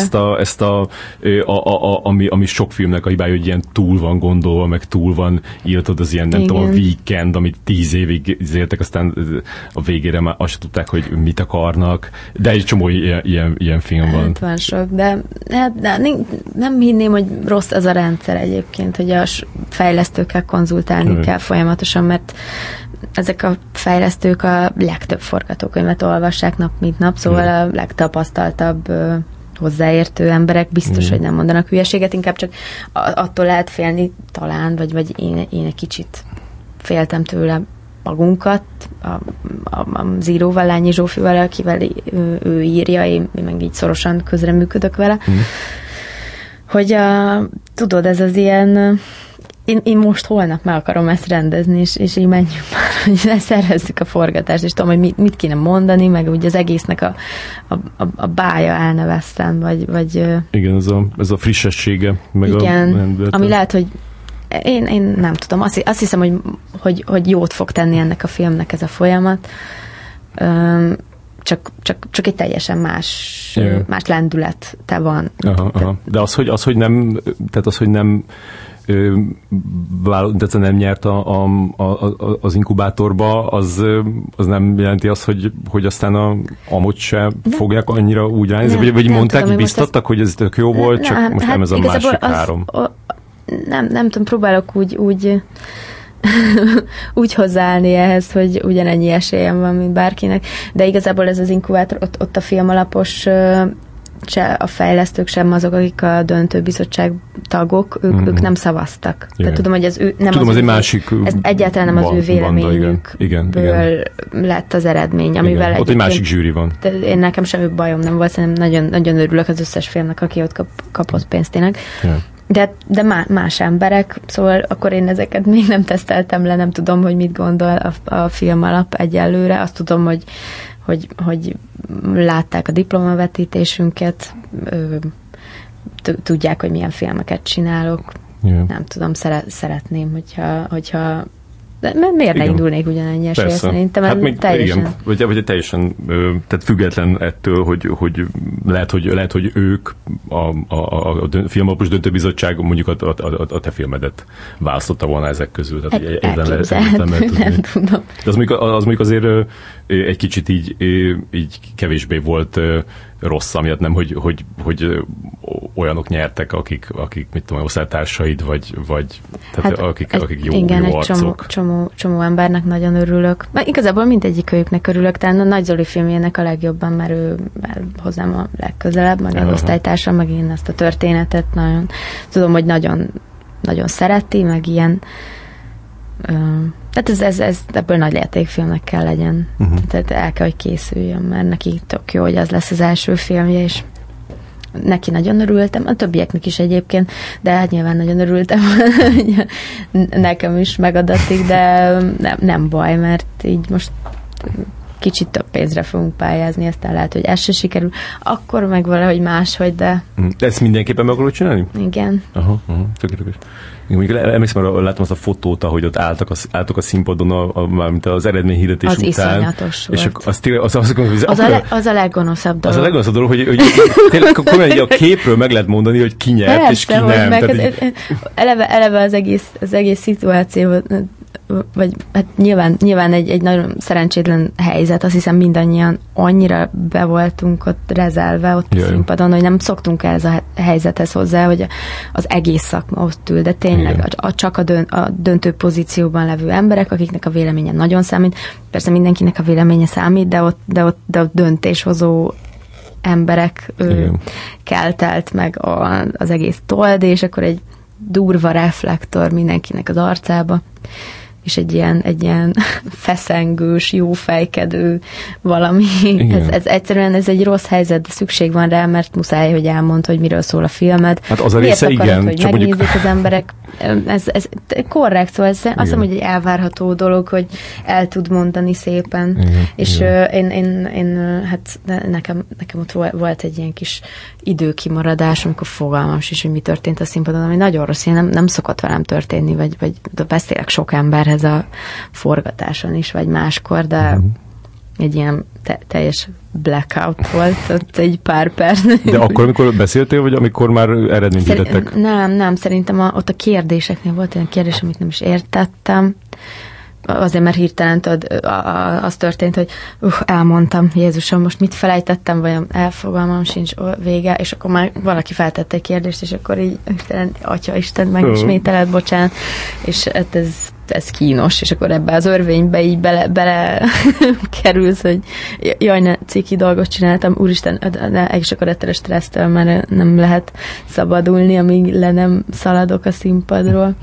ami sok filmnek a hibája, hogy ilyen túl van gondolva, meg túl van írtad az ilyen, nem tudom, a Weekend, amit 10 évig éltek, aztán a végére már azt tudták, hogy mit akarnak, de egy csomó ilyen film van. Hát van sok, de nem hinném, hogy rossz az a rendszer egyébként, hogy a fejlesztőkkel konzultálni kell folyamatosan, mert ezek a fejlesztők a legtöbb forgatókönyvet olvassák nap mint nap, szóval a legtapasztaltabb hozzáértő emberek biztos, hogy nem mondanak hülyeséget, inkább csak attól lehet félni talán, vagy én egy kicsit féltem tőle magunkat, az íróval, Lányi Zsófival, akivel ő írja, én meg így szorosan közreműködök vele, hogy tudod, ez az ilyen én most holnap meg akarom ezt rendezni, és így menjünk már, hogy szervezzük a forgatást, és tudom, hogy mit kéne mondani, meg úgy az egésznek a bája elneveztem, vagy igen, ez a frissessége, meg igen, ami lehet, hogy én nem tudom, azt hiszem, hogy jót fog tenni ennek a filmnek ez a folyamat, csak egy teljesen más lendülete van. Aha. De az, hogy nem, tehát az, hogy nem nem nyert az inkubátorba, az nem jelenti azt, hogy aztán amúgy se fogják annyira úgy ránézni, vagy mondták, hogy biztattak, hogy ez tök jó volt, csak most nem ez a másik három. Nem tudom, próbálok úgy hozzáállni ehhez, hogy ugyanennyi esélyem van, mint bárkinek, de igazából ez az inkubátor, ott a filmalapos se a fejlesztők, sem azok, akik a döntőbizottság tagok, ők nem szavaztak. Tehát tudom, hogy ez nem tudom, az egy másik ez egyáltalán nem az ő véleményükből lett az eredmény, amivel ott egy másik zsűri van. Én nekem semmi bajom nem volt, szerintem nagyon, nagyon örülök az összes filmnek, aki ott kapott pénzt tényleg. De más emberek, szóval akkor én ezeket még nem teszteltem le, nem tudom, hogy mit gondol a film alap egyelőre. Azt tudom, hogy látták a diplomavetítésünket, tudják, hogy milyen filmeket csinálok. Nem tudom, szeretném, hogyha de miért ne indulnék ugyanannyi esélye, szerintem hát még, teljesen. Igen, vagy teljesen tehát független ettől, hogy lehet, hogy ők a filmalapos döntőbizottság mondjuk a te filmedet választotta volna ezek közül. Tehát nem tudom. De az mondjuk azért egy kicsit így kevésbé volt rossz, amiatt nem, hogy olyanok nyertek, akik mit tudom, osztálytársaid, vagy tehát akik jó arcok. Csomó embernek nagyon örülök. Igazából mindegyik őknek örülök, talán a Nagy Zoli filmjének a legjobban, mert ő hozzám a legközelebb, meg az osztálytársam, meg én ezt a történetet nagyon tudom, hogy nagyon, nagyon szereti, meg ilyen tehát ez ebből nagy játékfilmnek kell legyen. Tehát el kell, hogy készüljön, mert neki tök jó, hogy az lesz az első filmje, és neki nagyon örültem, a többieknek is egyébként, de hát nyilván nagyon örültem, nekem is megadatik, de nem baj, mert így most kicsit több pénzre fogunk pályázni, aztán lehet, hogy ez se sikerül, akkor meg valahogy máshogy, de... De ezt mindenképpen meg akarod csinálni? Igen. Aha, tökéletes. Emlékszem, láttam azt a fotót, ahogy ott álltak a színpadon mármint az eredményhirdetés után. Az iszonyatos volt. Az a leggonoszabb dolog. Az a leggonoszabb dolog, hogy tényleg komolyan a képről meg lehet mondani, hogy ki nyert, persze, és ki nem. Eleve az egész szituáció, vagy hát nyilván egy nagyon szerencsétlen helyzet, azt hiszem mindannyian annyira be voltunk ott rezelve ott a színpadon, hogy nem szoktunk ez a helyzethez hozzá, hogy az egész szakma ott ül, de tényleg csak a döntő pozícióban levő emberek, akiknek a véleménye nagyon számít, persze mindenkinek a véleménye számít, de ott döntéshozó emberek keltelt meg az egész told, és akkor egy durva reflektor mindenkinek az arcába, és egy ilyen feszengős, jófejkedő valami. Ez egyszerűen ez egy rossz helyzet, de szükség van rá, mert muszáj, hogy elmondd, hogy miről szól a filmed. Hát az a része miért akarod, igen. hogy megnézzék az emberek. Ez korrekt, szóval azt hiszem, hogy egy elvárható dolog, hogy el tud mondani szépen. Igen, és én hát nekem ott volt egy ilyen kis időkimaradás, amikor fogalmam is, hogy mi történt a színpadon, ami nagyon rossz, nem szokott velem történni, vagy beszélek sok emberhez a forgatáson is, vagy máskor, de egy ilyen teljes blackout volt ott egy pár perc. De akkor, amikor beszéltél, vagy amikor már eredményt hirdettek? Nem, szerintem ott a kérdéseknél volt olyan kérdés, amit nem is értettem. Azért, mert hirtelen az történt, hogy elmondtam, Jézusom, most mit felejtettem, vagy elfogalmam sincs vége, és akkor már valaki feltette egy kérdést, és akkor így Atya Isten, megismételed, bocsánat, és hát ez kínos, és akkor ebbe az örvénybe így bele kerülsz, hogy jaj, ne ciki dolgot csináltam, úristen, és akkor ettől a stressztől már nem lehet szabadulni, amíg le nem szaladok a színpadról.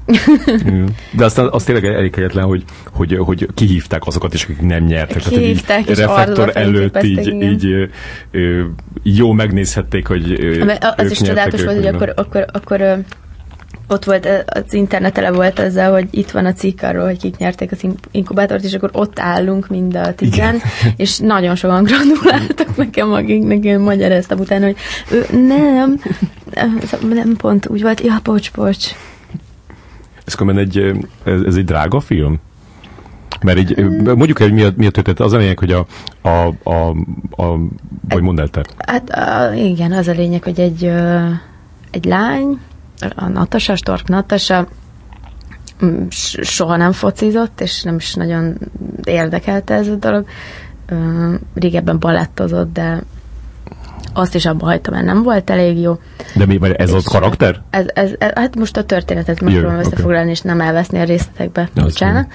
De aztán az tényleg elég kegyetlen, hogy kihívták azokat is, akik nem nyertek. Kihívták, tehát, és reflektor előtt így jó megnézhették, hogy az is csodálatos volt, hogy akkor ott volt, az internet tele volt ezzel, hogy itt van a cikk arról, hogy kik nyerték az inkubátort, és akkor ott állunk mind a 10, és nagyon sokan gratuláltak nekem, akiknek magyaráztam utána, hogy nem pont úgy volt, ja, bocs. Ez egy drága film? Mert így, mondjuk el, hogy mi a történet. Az a lényeg, hogy vagy mondd el te. Hát igen, az a lényeg, hogy egy lány, a Natasha, Stork Natasha soha nem focizott, és nem is nagyon érdekelte ez a dolog. Régebben balettozott, de azt is abba hagyta, mert nem volt elég jó. De mi, ez az karakter? Hát most a történetet megpróbálom összefoglalni, és nem elveszni a részletekbe. Bocsánat.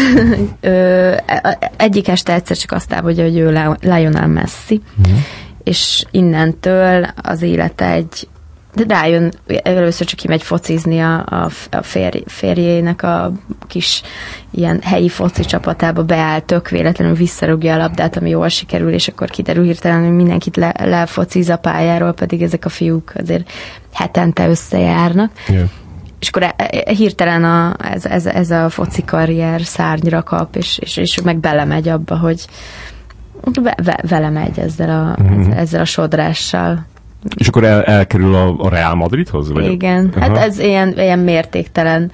Egyik este egyszer csak azt állapodja, hogy ő Lionel Messi, és innentől az élete de rájön, először csak kimegy focizni a férjének a kis ilyen helyi foci csapatába, beáll, tök véletlenül visszarúgja a labdát, ami jól sikerül, és akkor kiderül hirtelen, hogy mindenkit lefociz a pályáról, pedig ezek a fiúk azért hetente összejárnak. Yeah. És akkor hirtelen ez a foci karrier szárnyra kap, és meg belemegy abba, hogy vele megy ezzel a sodrással. És akkor elkerül a Real Madridhoz? Vagy? Igen, hát ez ilyen mértéktelen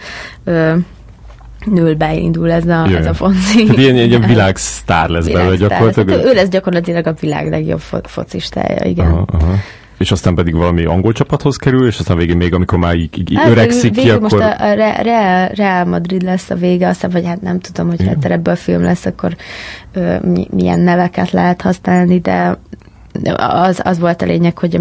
nőlbe indul ez a foci. Tehát ilyen világsztár lesz belőle gyakorlatilag. Hát ő lesz gyakorlatilag a világ legjobb focistája, igen. Aha. És aztán pedig valami angol csapathoz kerül, és aztán végén még, amikor már így öregszik ki, akkor... Most a Real Madrid lesz a vége, aztán, vagy hát nem tudom, hogy hát ebből a film lesz, akkor milyen neveket lehet használni, de az volt a lényeg, hogy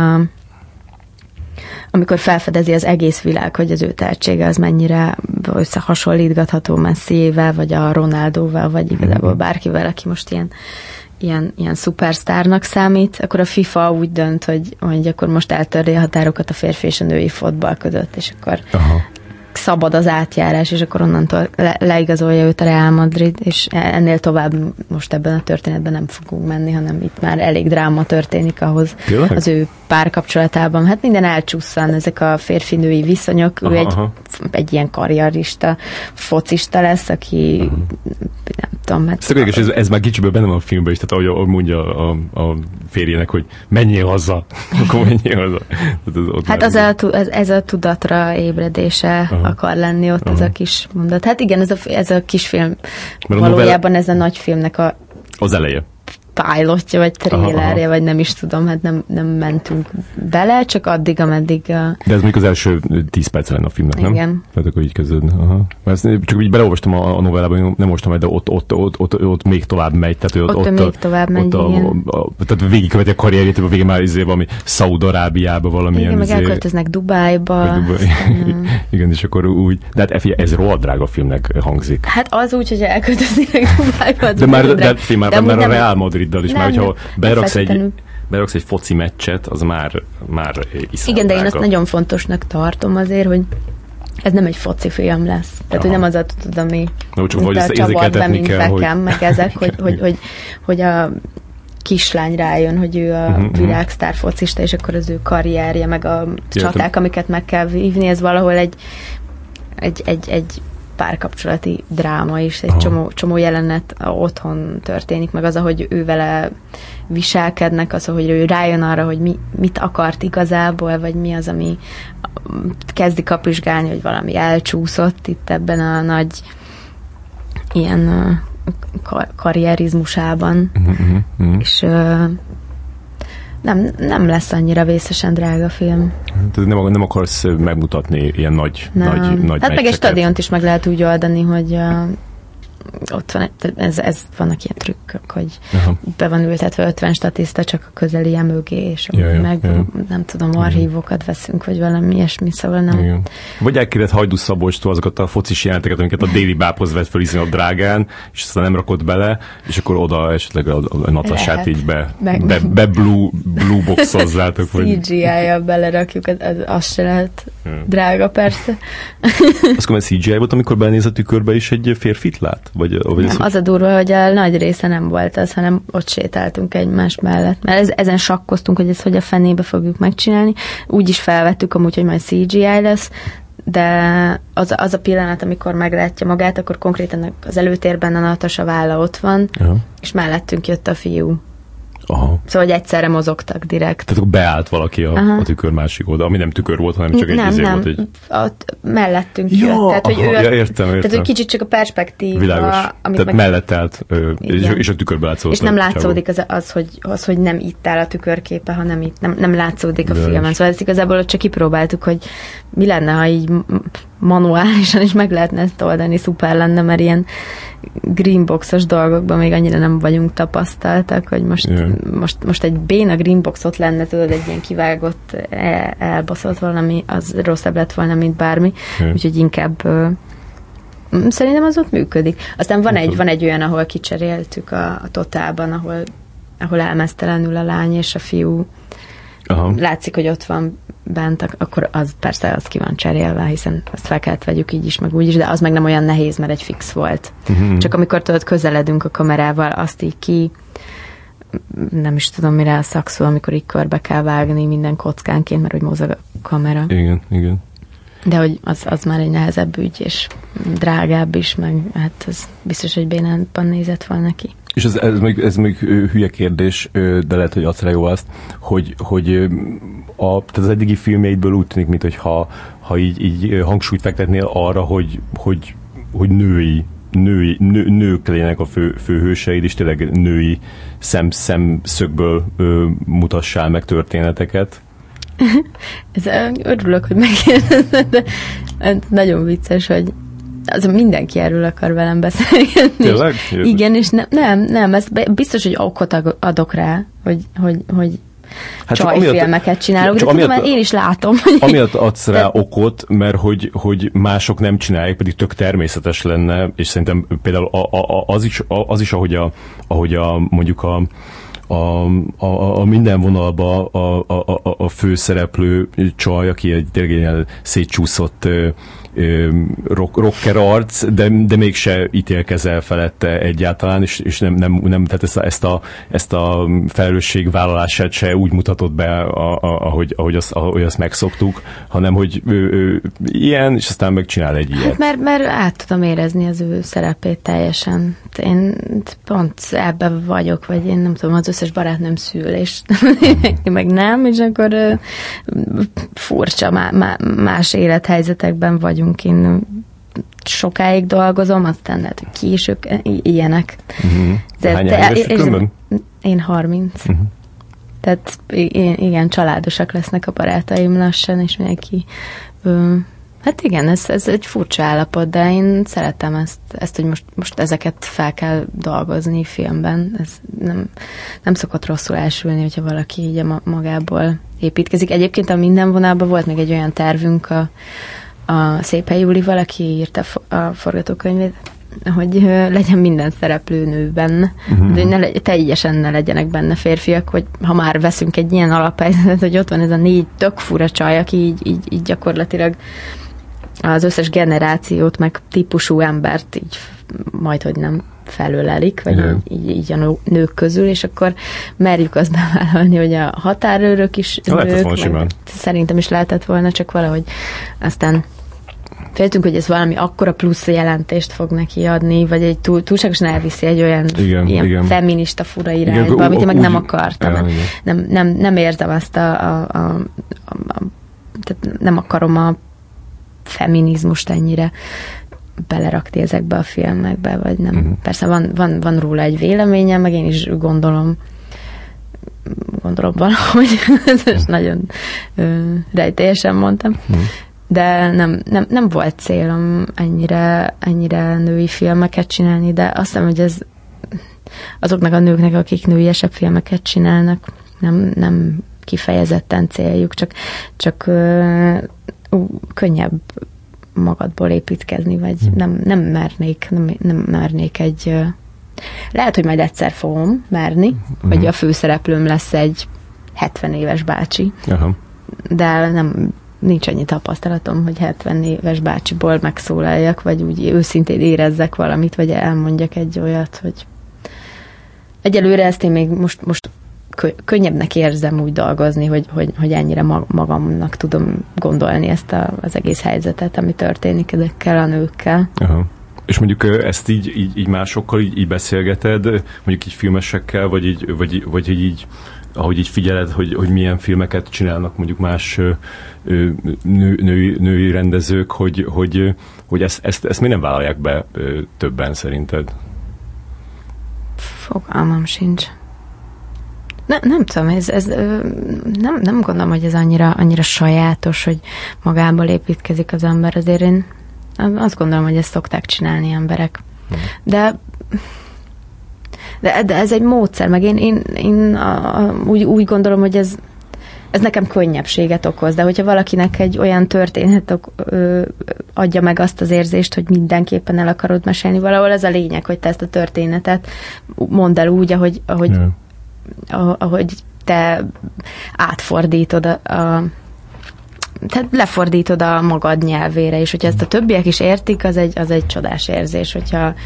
amikor felfedezi az egész világ, hogy az ő tehetsége az mennyire összehasonlítgatható Messiével, vagy a Ronaldóval, vagy igazából bárkivel, aki most ilyen szupersztárnak számít, akkor a FIFA úgy dönt, hogy akkor most eltörli a határokat a férfi és a női fotball között, és akkor szabad az átjárás, és akkor onnantól leigazolja őt a Real Madrid, és ennél tovább most ebben a történetben nem fogunk menni, hanem itt már elég dráma történik ahhoz az ő párkapcsolatában. Hát minden elcsúszan, ezek a férfi-női viszonyok, ő egy ilyen karrierista, focista lesz, aki nem tudom. Hát ez már kicsiben benne van a filmben is, tehát ahogy mondja a férjének, hogy menjél haza, akkor menjél haza. Hát ez a tudatra ébredése akar lenni ott, ez a kis mondat. Hát igen, ez a kisfilm valójában ez a nagy filmnek az eleje. Pilotja, vagy trailerje, vagy nem is tudom, hát nem mentünk bele, csak addig, ameddig... De ez mondjuk az első 10 perc lenne a filmnek, nem? Igen. Tehát akkor így kezdődne. Csak így beleolvastam a novellában, nem olvastam, de ott még tovább megy. Tehát, ott még tovább megy, igen. Tehát végigköveti a karrierjét, végig már valami Szaúd-Arábiába valamilyen... Igen, meg elköltöznek Dubájba. Igen, és akkor úgy... De hát ez rohadt drága filmnek hangzik. Hát az úgy, hogy elköltöznek Dubájba. De már a Real Madriddal is, mert hogyha beraksz egy foci meccset, az már iszonyat. Igen, de én azt nagyon fontosnak tartom azért, hogy ez nem egy foci film lesz. Tehát, hogy nem az a tudod, ami mint a Csavart, mint Beckham, meg ezek, hogy a kislány rájön, hogy ő a világsztár focista, és akkor az ő karrierje, meg a csaták, amiket meg kell vívni, ez valahol egy párkapcsolati dráma is, egy csomó jelenet otthon történik, meg az, ahogy ő vele viselkednek, az, hogy ő rájön arra, hogy mit akart igazából, vagy mi az, ami kezdi kapizsgálni, hogy valami elcsúszott itt ebben a nagy ilyen karrierizmusában. És nem lesz annyira vészesen drága film. Nem akarsz megmutatni ilyen nagy Hát meg egy stadiont is meg lehet úgy oldani, hogy ott van, vannak ilyen trükkök, hogy be van ültetve 50 statiszta csak a közeli mögé, és nem tudom, archívokat veszünk, vagy valami ilyesmi, szóval nem. Igen. Vagy elkérhet Hajdú Szabolcstól azokat a focis jelenteket, amiket a Déli bábhoz vett fel a drágán, és aztán nem rakott bele, és akkor oda esetleg a Natasát így be blue boxozzátok. CGI-jal belerakjuk, az se lehet drága, persze. Azt mondom, CGI volt, amikor benéz a tükörbe is egy férfit lát? Vagy nem, az a durva, hogy a nagy része nem volt az, hanem ott sétáltunk egymás mellett. Mert ezen sakkoztunk, hogy ezt hogy a fenébe fogjuk megcsinálni. Úgy is felvettük amúgy, hogy majd CGI lesz, de az a pillanat, amikor meglátja magát, akkor konkrétan az előtérben a Natasha válla ott van, és mellettünk jött a fiú. Aha. Szóval, hogy egyszerre mozogtak direkt. Tehát akkor beállt valaki a tükör másik oldal, ami nem tükör volt, hanem csak egy izé volt. Egy... Ott mellettünk jött. Tehát, hogy értem. Tehát, hogy kicsit csak a perspektíva. Világos. Tehát mellett állt, és a tükörbe látszódott. És nem látszódik az, hogy nem itt áll a tükörképe, hanem itt nem látszódik a filmen. Szóval ezt igazából csak kipróbáltuk, hogy mi lenne, ha így manuálisan is meg lehetne ezt oldani, szuper lenne, mert ilyen greenboxos dolgokban még annyira nem vagyunk tapasztaltak, hogy most egy béna greenboxot lenne, tudod, egy ilyen kivágott, elbaszott valami, az rosszabb lett volna, mint bármi. Úgyhogy inkább szerintem az ott működik. Aztán van egy olyan, ahol kicseréltük a totálban, ahol elmeztelenül a lány és a fiú. Látszik, hogy ott van bent, akkor az persze az ki van cserélve, hiszen azt fel kellett vegyük így is, meg úgy is, de az meg nem olyan nehéz, mert egy fix volt. Csak amikor tudod, közeledünk a kamerával, azt így ki, nem is tudom, mire a szakszó, amikor így körbe kell vágni minden kockánként, mert hogy mozog a kamera. Igen. De hogy az már egy nehezebb ügy, és drágább is, meg hát ez biztos, hogy bénában nézett volna ki. És ez még hülye kérdés, de lehet, hogy adsz rá jó azt, hogy tehát az eddigi filmjeidből úgy tűnik, mintha így hangsúlyt fektetnél arra, hogy nők legyenek a főhőseid, és tényleg női szemszögből mutassál meg történeteket. Örülök, hogy megkérdezed, de nagyon vicces, hogy az mindenki erről akar velem beszélni. Tényleg? Igen, és nem, ez biztos, hogy okot adok rá, hogy hát csajfilmeket csinálok, de tudom, mert én is látom. Amiatt adsz rá okot, mert hogy mások nem csinálják, pedig tök természetes lenne, és szerintem például az is ahogy mondjuk a minden vonalban a főszereplő csaj, aki egy tényleg szétcsúszott rocker arc, de mégse ítélkezel felette egyáltalán, és nem tehát ezt a felelősségvállalását se úgy mutatott be, ahogy azt megszoktuk, hanem hogy ilyen, és aztán megcsinál egy ilyet. Hát mert át tudom érezni az ő szerepét teljesen. Én pont ebben vagyok, vagy én nem tudom, az összes barátnőm szül, és meg nem, és akkor furcsa, más élethelyzetekben vagyunk. Én sokáig dolgozom, aztán lehet, hogy később ilyenek. Hány éves különben? Én 30. Tehát igen, családosak lesznek a barátaim lassan, és mindenki hát igen, ez egy furcsa állapot, de én szeretem ezt hogy most ezeket fel kell dolgozni filmben. Ez nem szokott rosszul elsülni, hogyha valaki így magából építkezik. Egyébként a minden vonalban volt még egy olyan tervünk a Széphely Júlival, aki írta a forgatókönyvét, hogy legyen minden szereplő nő benne, de hogy teljesen ne legyenek benne férfiak, hogy ha már veszünk egy ilyen alaphelyzetet, hogy ott van ez a 4 tök fura csaj, aki így gyakorlatilag az összes generációt, meg típusú embert így majdhogy nem felölelik, vagy így a nők közül, és akkor merjük azt bevállalni, hogy a határőrök is nők, szerintem is lehetett volna, csak valahogy aztán féltünk, hogy ez valami akkora plusz jelentést fog neki adni, vagy egy túlságosan elviszi egy olyan ilyen feminista fura irányba, amit én meg nem akartam. Nem érzem azt tehát nem akarom a feminizmust ennyire belerakni ezekbe a filmekbe, vagy nem. Persze van róla egy véleményem, meg én is gondolom valahogy, ezt nagyon rejtélyesen mondtam, de nem volt célom ennyire női filmeket csinálni, de azt hiszem, hogy ez azoknak a nőknek, akik nőiesebb filmeket csinálnak, nem kifejezetten céljuk, csak könnyebb magadból építkezni, vagy nem mernék egy... Lehet, hogy majd egyszer fogom merni, hogy a főszereplőm lesz egy 70 éves bácsi, de nincs annyi tapasztalatom, hogy 70 éves bácsiból megszólaljak, vagy úgy őszintén érezzek valamit, vagy elmondjak egy olyat, hogy egyelőre ezt én még most könnyebbnek érzem úgy dolgozni, hogy ennyire magamnak tudom gondolni ezt az egész helyzetet, ami történik ezekkel a nőkkel. Aha. És mondjuk ezt így másokkal így beszélgeted, mondjuk így filmesekkel, vagy így ahogy így figyeled, hogy milyen filmeket csinálnak mondjuk más női rendezők, hogy ezt mi nem vállalják be többen szerinted? Fogalmam sincs. Nem tudom, nem gondolom, hogy ez annyira sajátos, hogy magából építkezik az ember. Azért én azt gondolom, hogy ezt szokták csinálni emberek. De ez egy módszer, meg én úgy gondolom, hogy ez nekem könnyebbséget okoz, de hogyha valakinek egy olyan történet adja meg azt az érzést, hogy mindenképpen el akarod mesélni valahol, ez a lényeg, hogy te ezt a történetet mondd el úgy, ahogy te átfordítod tehát lefordítod a magad nyelvére, és hogyha ezt a többiek is értik, az egy csodás érzés, hogyha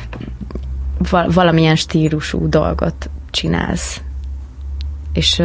valamilyen stílusú dolgot csinálsz. És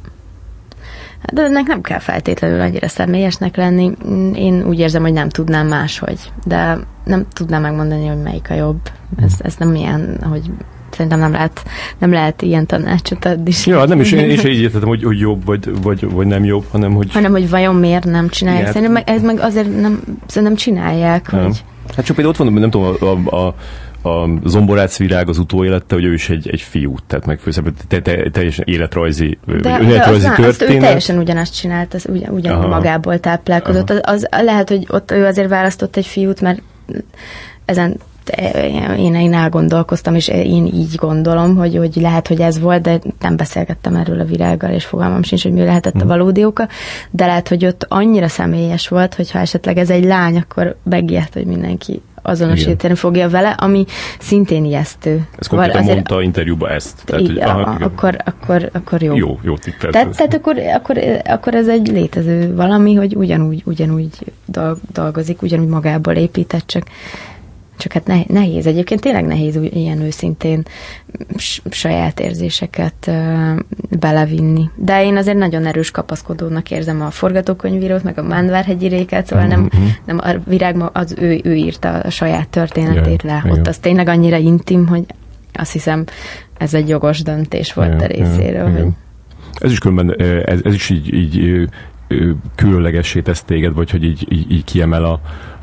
de ennek nem kell feltétlenül annyira személyesnek lenni. Én úgy érzem, hogy nem tudnám máshogy, de nem tudnám megmondani, hogy melyik a jobb. Ez nem ilyen, hogy szerintem nem lehet ilyen tanácsot adni. Ja, nem is, én is így értettem, hogy jobb, vagy nem jobb, hanem hogy vajon miért nem csinálják. Szerintem ez meg azért nem csinálják. Hogy... Hát csak például ott van, nem tudom, a Zomborác Virág az utóélete, hogy ő is egy fiú, tehát megfőszereplő, teljesen életrajzi történet. Azt ő teljesen ugyanazt csinált, az ugyan magából táplálkozott. Az lehet, hogy ott ő azért választott egy fiút, mert ezen én elgondolkoztam, és én így gondolom, hogy lehet, hogy ez volt, de nem beszélgettem erről a Virággal, és fogalmam sincs, hogy mi lehetett a valódi oka, de lehet, hogy ott annyira személyes volt, hogy ha esetleg ez egy lány, akkor megijedt, hogy mindenki azonosítani fogja vele, ami szintén ijesztő. Ez konkrétan mondta interjúban ezt. Tehát, akkor jó. Jó tippelt. Tehát akkor ez egy létező valami, hogy ugyanúgy dolgozik, ugyanúgy magából épített, csak hát nehéz. Egyébként tényleg nehéz ilyen őszintén saját érzéseket belevinni. De én azért nagyon erős kapaszkodónak érzem a forgatókönyvírót, meg a Mándvárhegyi Rékát, szóval nem a Virág, az ő írta a saját történetét le. Ott az tényleg annyira intim, hogy azt hiszem, ez egy jogos döntés volt a részéről. Hogy... Ez is különben, ez is így különlegessé tesz téged, vagy hogy így kiemel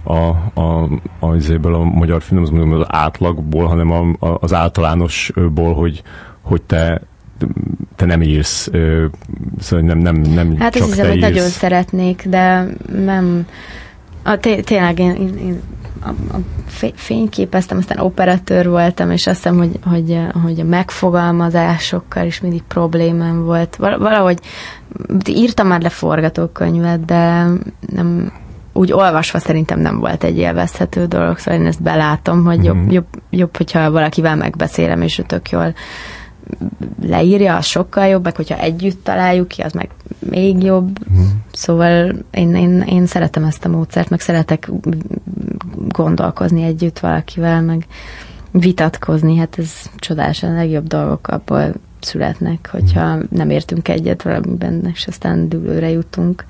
azért a magyar film, az mondom az átlagból, hanem az általánosból, hogy te nem írsz, szóval nem hát csak azt hiszem, te hogy írsz. nagyon szeretnék, de nem... Tényleg én fényképeztem, aztán operatőr voltam, és azt hiszem, hogy a megfogalmazásokkal is mindig problémám volt. Valahogy írtam már le forgatókönyvet, de nem... úgy olvasva szerintem nem volt egy élvezhető dolog, szóval én ezt belátom, hogy jobb, hogyha valakivel megbeszélem, és ő tök jól leírja, az sokkal jobb, meg hogyha együtt találjuk ki, az meg még jobb. Szóval én szeretem ezt a módszert, meg szeretek gondolkozni együtt valakivel, meg vitatkozni, hát ez csodálasan a legjobb dolgok abból születnek, hogyha nem értünk egyet valamiben, és aztán dűlőre jutunk.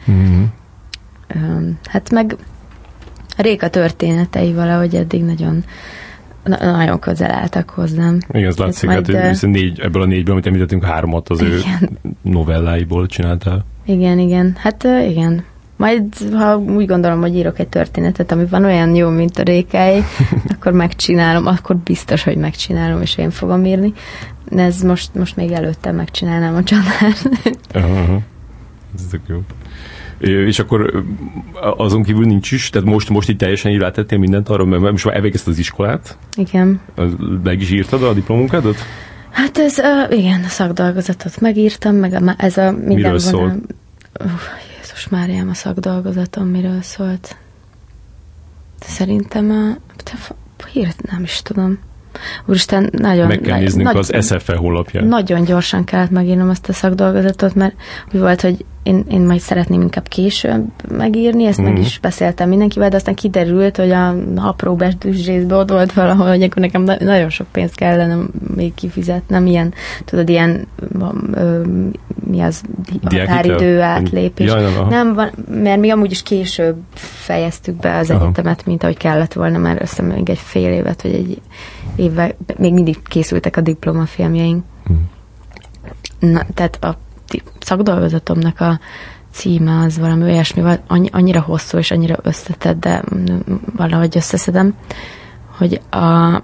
Hát meg a Réka történetei valahogy eddig nagyon közel álltak hozzám. Igen, ez látszik, hát ebből a 4-ből, amit említettünk, 3-at az ő novelláiból csináltál. Igen. Hát igen. Majd, ha úgy gondolom, hogy írok egy történetet, ami van olyan jó, mint a Rékáé, akkor megcsinálom, akkor biztos, hogy megcsinálom, és én fogom írni. De ez most még előtte megcsinálnám a Csanárt. Ez tök jó. És akkor azon kívül nincs is, tehát most így teljesen így rátettél mindent arra, mert most már elvégezted az iskolát. Igen. Meg is írtad a diplomunkádat? Hát ez, igen, a szakdolgozatot megírtam, meg ez a minden miről szólt? Jézus Máriám, a szakdolgozatom miről szólt? Szerintem hírt nem is tudom. Úristen, nagyon... Meg kell néznünk az SFE honlapján. Nagyon gyorsan kellett megírnom azt a szakdolgozatot, mert úgy volt, hogy én majd szeretném inkább később megírni, ezt meg is beszéltem mindenkivel, de aztán kiderült, hogy a apró betűs részben ott volt valahol, hogy akkor nekem nagyon sok pénzt kellene még kifizetnem, ilyen, tudod, ilyen mi az határidő átlépés. Nem, mert mi amúgy is később fejeztük be az egyetemet, mint ahogy kellett volna, mert össze még egy fél évet, vagy egy évvel, még mindig készültek a diplomafilmjeink. Na, tehát a szakdolgozatomnak a címe az valami olyasmi, annyira hosszú és annyira összetett, de valahogy összeszedem, hogy a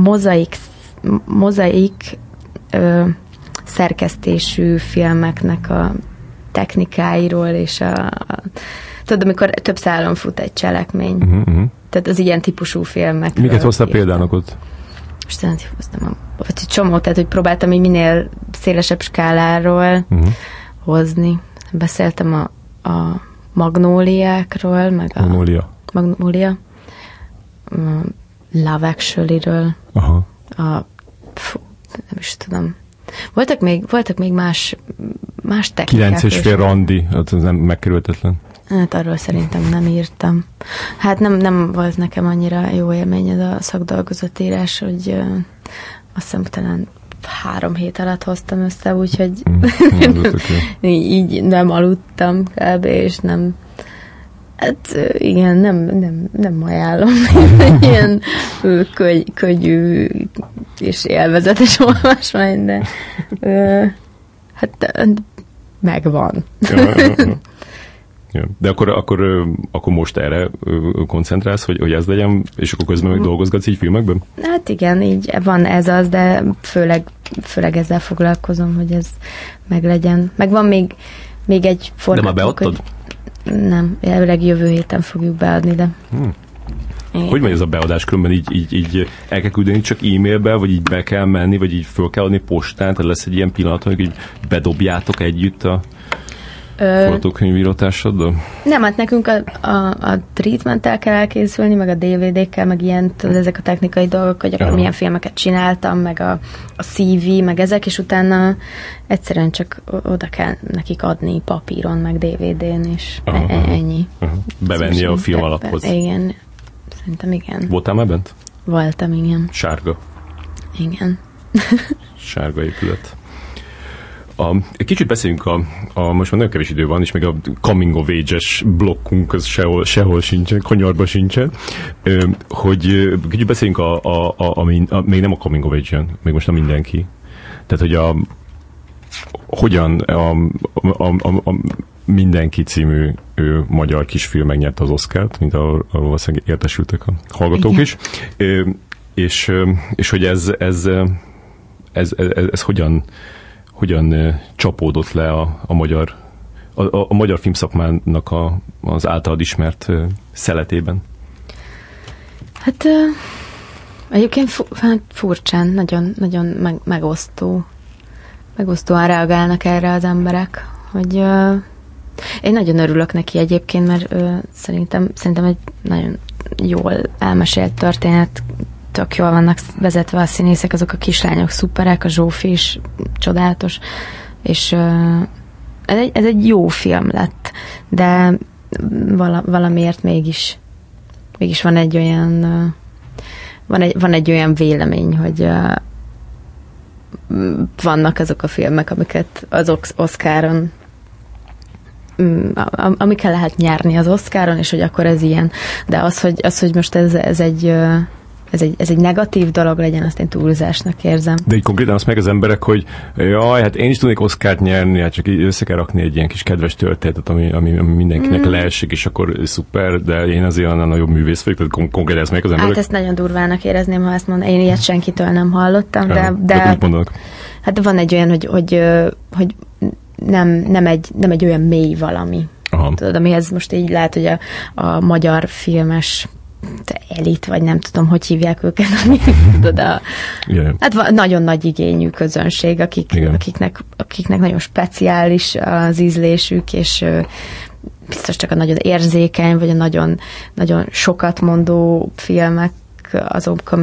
mozaik szerkesztésű filmeknek a technikáiról, és tudod, amikor több szálon fut egy cselekmény. Tehát az ilyen típusú filmek. Miket hoztál példának ott? Istenem, hoztam vagy egy csomó, tehát hogy próbáltam így minél szélesebb skáláról hozni. Beszéltem a magnóliákról, meg Magnólia. Love Actually-ről. Aha. Nem is tudom. Voltak még más technikák. 9,5 randi, az nem megkerülhetetlen. Hát arról szerintem nem írtam. Hát nem volt nekem annyira jó élmény ez a szakdolgozatírás, hogy azt hiszem talán 3 hét alatt hoztam össze, úgyhogy így nem aludtam kb. És nem, hát igen, nem ajánlom ilyen könnyű és élvezetes olvasmány, de hát megvan. Ja. De akkor most erre koncentrálsz, hogy ez legyen, és akkor közben meg dolgozgatsz így filmekben? Hát igen, így van ez az, de főleg ezzel foglalkozom, hogy ez meglegyen. Meg van még egy forgatókönyv. De már beadtad? Nem, elvileg jövő héten fogjuk beadni, de... Hogy megy ez a beadás? Különben így el kell küldeni csak e-mailbe, vagy így be kell menni, vagy így föl kell adni postán, tehát lesz egy ilyen pillanat, hogy így bedobjátok együtt a forgatókönyvírótársaddal? Nem, hát nekünk a treatment-tel kell elkészülni, meg a DVD-kkel, meg ilyen, ezek a technikai dolgok, hogy akkor milyen filmeket csináltam, meg a CV, meg ezek, és utána egyszerűen csak oda kell nekik adni papíron, meg DVD-n, és ennyi. Bevenni a film alaphoz. Igen, szerintem igen. Voltál már bent? Voltam, igen. Sárga. Igen. Sárga épület. Egy kicsit beszéljünk most már nagyon kevés idő van, és még a coming of age-es blokkunk az sehol sincsen, kanyarba sincsen, hogy kicsit beszéljünk még nem a coming of age-en, még most nem mindenki. Tehát, hogy hogyan a Mindenki című magyar kisfilm megnyerte az Oscart, mint ahol valószínűleg értesültek a hallgatók is. És hogy ez hogyan csapódott le a magyar filmszakmának az általad ismert szeletében? Hát egyébként furcsán, nagyon, nagyon megosztóan reagálnak erre az emberek, hogy én nagyon örülök neki egyébként, mert szerintem egy nagyon jól elmesélt történet, tök jól vannak vezetve a színészek, azok a kislányok szuperek, a Zsófi is csodálatos, és ez egy jó film lett, de valamiért mégis van egy olyan van egy olyan vélemény, hogy vannak azok a filmek, amiket az Oscaron amikkel lehet nyerni az Oscaron, és hogy akkor ez ilyen. De az, hogy most ez egy negatív dolog legyen, azt én túlzásnak érzem. De így konkrétan azt meg az emberek, hogy jaj, hát én is tudnék Oscart nyerni, hát csak így össze kell rakni egy ilyen kis kedves történetet, ami mindenkinek leesik, és akkor szuper, de én azért annál nagyobb művész vagyok, tehát konkrétan ezt meg az emberek. Hát ezt nagyon durvának érezném, ha ezt mondom. Én ilyet senkitől nem hallottam, de úgy mondanak. Hát van egy olyan, hogy nem egy olyan mély valami. Aha. Tudod, amihez most így lehet, hogy a magyar filmes elit, vagy nem tudom, hogy hívják őket, tudod, hát nagyon nagy igényű közönség, akiknek nagyon speciális az ízlésük, és biztos csak a nagyon érzékeny, vagy a nagyon, nagyon sokat mondó filmek azok,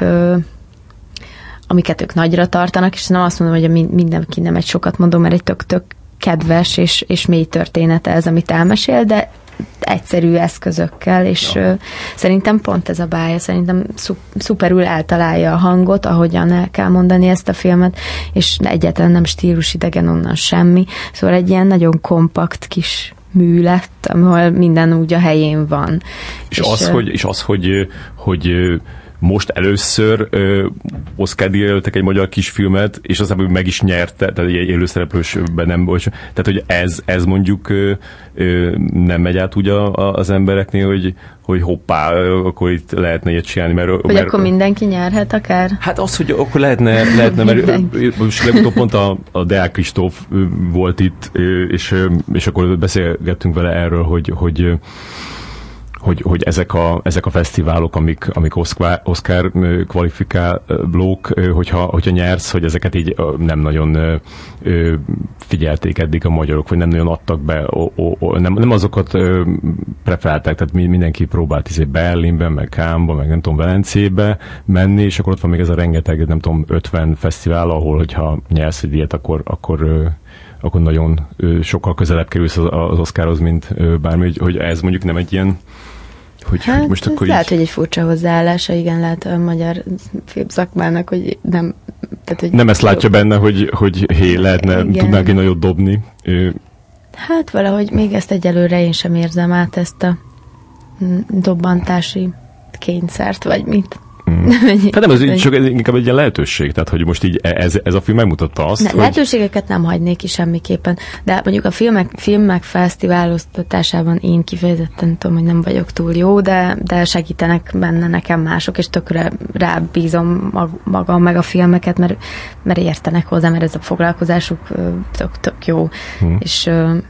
amiket ők nagyra tartanak, és nem azt mondom, hogy mindenki nem egy sokat mondó, mert egy tök kedves és mély története ez, amit elmesél, de egyszerű eszközökkel, és szerintem pont ez a bája, szerintem szuperül eltalálja a hangot, ahogyan el kell mondani ezt a filmet, és egyáltalán nem stílusidegen onnan semmi. Szóval egy ilyen nagyon kompakt kis mű lett, ahol minden úgy a helyén van. És az, hogy most először Oscar-díjra jelöltek egy magyar kisfilmet, és aztán meg is nyerte, tehát egy élőszereplősben nem volt. Tehát, hogy ez mondjuk nem megy át úgy az embereknél, hogy hoppá, akkor itt lehetne ilyet csinálni. Mert akkor mindenki nyerhet akár? Hát az, hogy akkor lehetne mert most legutóbb pont a Deák Kristóf volt itt, és akkor beszélgettünk vele erről, hogy ezek a fesztiválok, amik Oscar kvalifikálók, hogyha nyersz, hogy ezeket így nem nagyon figyelték eddig a magyarok, vagy nem nagyon adtak be, nem azokat preferálták, tehát mindenki próbált Berlinben, meg Cannesba, meg nem tudom, Velencébe menni, és akkor ott van még ez a rengeteg, nem tudom, 50 fesztivál, ahol, hogyha nyersz egy ilyet, akkor nagyon sokkal közelebb kerülsz az Oscarhoz, mint bármi, hogy ez mondjuk nem egy ilyen, hogy most akkor lehet, hogy egy furcsa hozzáállása, igen, lehet a magyar filmszakmának, hogy nem... Tehát, hogy nem ezt látja benne, hogy lehetne, tudnánk egy nagyot dobni. Hát valahogy még ezt egyelőre én sem érzem át, ezt a dobbantási kényszert, vagy mit. Hát nem, ez csak inkább egy ilyen lehetőség, tehát hogy most így ez a film megmutatta azt, hogy... Lehetőségeket nem hagynék ki semmiképpen, de mondjuk a filmek fesztiváloztatásában én kifejezetten tudom, hogy nem vagyok túl jó, de segítenek benne nekem mások, és tökre rábízom magam meg a filmeket, mert értenek hozzá, mert ez a foglalkozásuk tök jó, és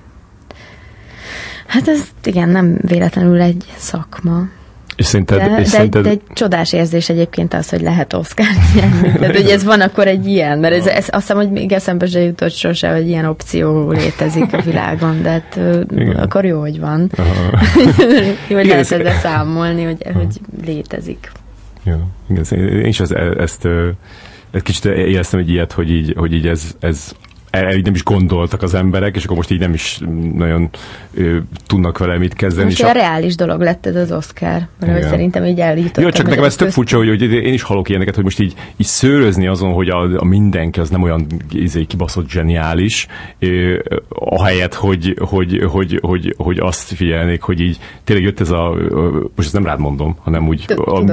hát ez igen, nem véletlenül egy szakma. De egy csodás érzés egyébként az, hogy lehet Oscart nyerni. Tehát, hogy ez van akkor egy ilyen, mert ez azt hiszem, hogy még eszembe se jutott sose, hogy ilyen opció létezik a világon, de hát akkor jó, hogy van. Jó, hogy lehet ezzel számolni, hogy létezik. Ja, igen, én is ezt kicsit éreztem egy ilyet, hogy így ez nem is gondoltak az emberek, és akkor most így nem is nagyon tudnak vele mit kezdeni. Most a reális dolog lett ez az Oscar, mert szerintem így eljutott. Jó, csak nekem ez tök furcsa, hogy én is hallok ilyeneket, hogy most így szőrözni azon, hogy a mindenki az nem olyan kibaszott zseniális, ahelyett, hogy azt figyelnék, hogy így tényleg jött ez most ezt nem rád mondom, hanem úgy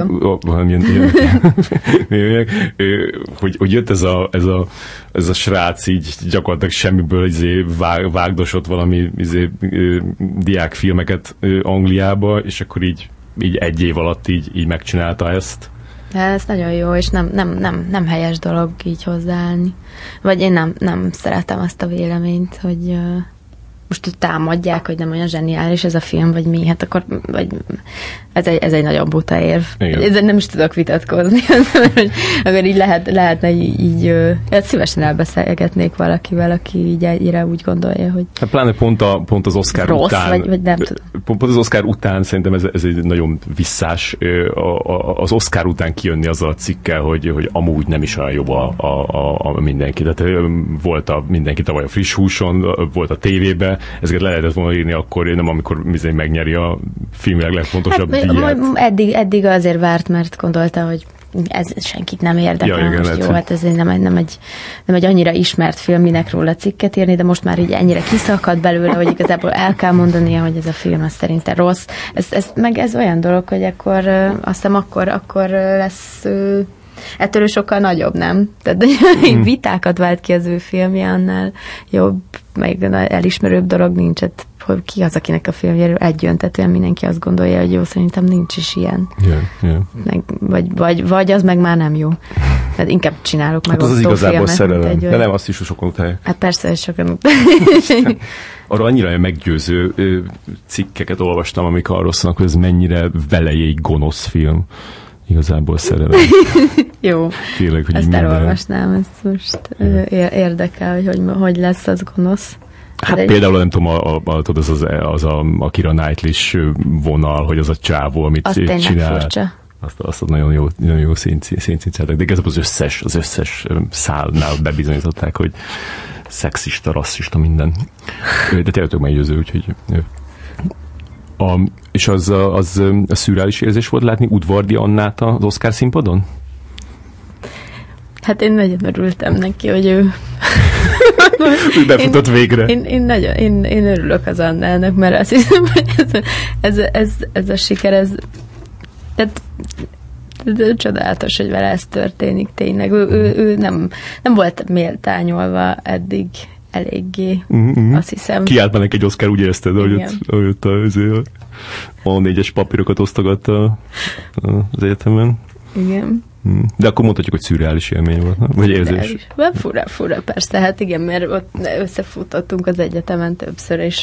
hogy jött ez a srác így gyakorlatilag semmiből vágdosott valami diákfilmeket Angliába, és akkor így egy év alatt így megcsinálta ezt. Ez nagyon jó, és nem helyes dolog így hozzáállni. Vagy én nem szeretem azt a véleményt, hogy most támadják, hogy nem olyan zseniális ez a film, vagy mi, hát akkor ez egy nagyon buta érv. Ezzel nem is tudok vitatkozni. Akkor így lehetne így szívesen elbeszélgetnék valakivel, aki így egyre úgy gondolja, hogy hát pláne pont az Oscar rossz, után. Vagy nem tudom. Pont az Oscar után szerintem ez egy nagyon visszás. Az Oscar után kijönni azzal a cikkel, hogy amúgy nem is olyan jobb a mindenki. Tehát volt a mindenki tavaly a Friss Húson, volt a tévében, ezeket le lehetett volna írni akkor, nem amikor megnyeri a filmileg legfontosabb díjat. Eddig azért várt, mert gondolta, hogy ez senkit nem érdekel. Most jó, hát ez nem egy annyira ismert film, minek róla cikket írni, de most már így ennyire kiszakad belőle, hogy igazából el kell mondania, hogy ez a film az szerintem rossz. Ez olyan dolog, hogy akkor azt hiszem akkor lesz ettől sokkal nagyobb, nem? Tehát vitákat vált ki az ő filmje, annál jobb, meg elismerőbb dolog nincs. Hát, hogy ki az, akinek a filmjéről egyöntetően mindenki azt gondolja, hogy jó, szerintem nincs is ilyen. Yeah. Meg, vagy az meg már nem jó. Hát inkább csinálok meg az igazából szerelem. De nem, azt is sokan utálják. Hát persze, sokan utálják. Arra annyira meggyőző cikkeket olvastam, amik arról szólnak, hogy ez mennyire velejéig gonosz film. Igazából szerelem. Jó, tényleg, hogy ezt elolvasnám, ezt most érdekel, hogy lesz az gonosz. Hát például nem tudom, az a Keira Knightley-s vonal, hogy az a csávó, amit csinál. Azt nagyon jó szénszinceltek. De igazából az összes szálnál bebizonyították, hogy szexista, rasszista, minden. De tényleg tök meggyőző, úgyhogy... És az a szürreális érzés volt látni Udvardi Annát az Oscar színpadon? Hát én nagyon örültem neki, hogy ő befutott végre. Én örülök az Annának, mert azt hiszem, hogy ez a siker, tehát csodálatos, hogy vele ez történik tényleg. Ő nem volt méltányolva eddig eléggé, azt hiszem. Kiállt meg egy Oscar, úgy érezted, hogy ott a 4-es papírokat osztogatta az egyetemen. Igen. De akkor mondhatjuk, hogy szürreális élmény volt, vagy érzés. Fura, persze, hát igen, mert ott összefutottunk az egyetemen többször, és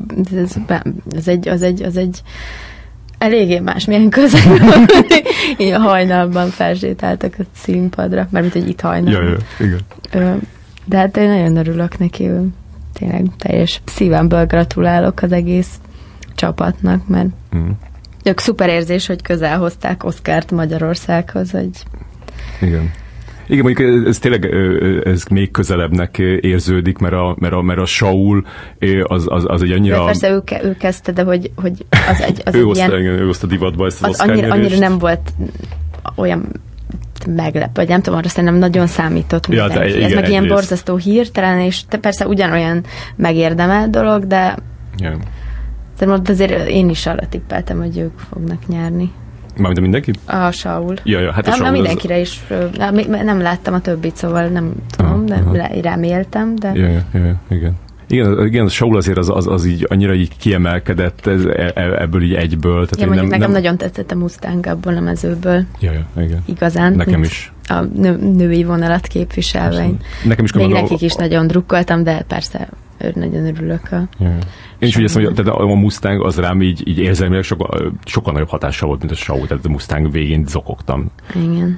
az egy eléggé másmilyen közeg, így a hajnalban felsétáltak a színpadra, mármint, hogy itt hajnalban. Ja, igen. De hát én nagyon örülök neki, tényleg teljes szívemből gratulálok az egész csapatnak, mert ők szuper érzés, hogy közel hozták Oscart Magyarországhoz, hogy... Igen, mondjuk ez tényleg ez még közelebbnek érződik, mert a Saul az egy annyira... De persze ő kezdte, de hogy az ő hozta divatba ezt az Oscar annyira nem volt olyan meglepő, vagy nem tudom, arra szerintem nagyon számított mindenki. Ja, igen, ez meg ilyen borzasztó hirtelen, és persze ugyanolyan megérdemelt dolog, de azért én is arra tippeltem, hogy ők fognak nyerni. Mármint mindenki? A Saul. Ja, hát a Saul mindenkire is. Nem láttam a többit, szóval nem tudom, de reméltem, de... Igen. Igen, a Saul azért az így annyira így kiemelkedett ebből így egyből. Tehát mondjuk nekem nagyon tetszett a Mustang abból a mezőből. Igen. Igazán. Nekem is. A női vonalat képviselve. Nekem is még nekik is nagyon drukkoltam, de persze nagyon örülök Én is úgy azt mondom, hogy a Mustang az rám így érzelmileg sokkal nagyobb hatással volt, mint a Saul, tehát a Mustang végén zokogtam. Igen.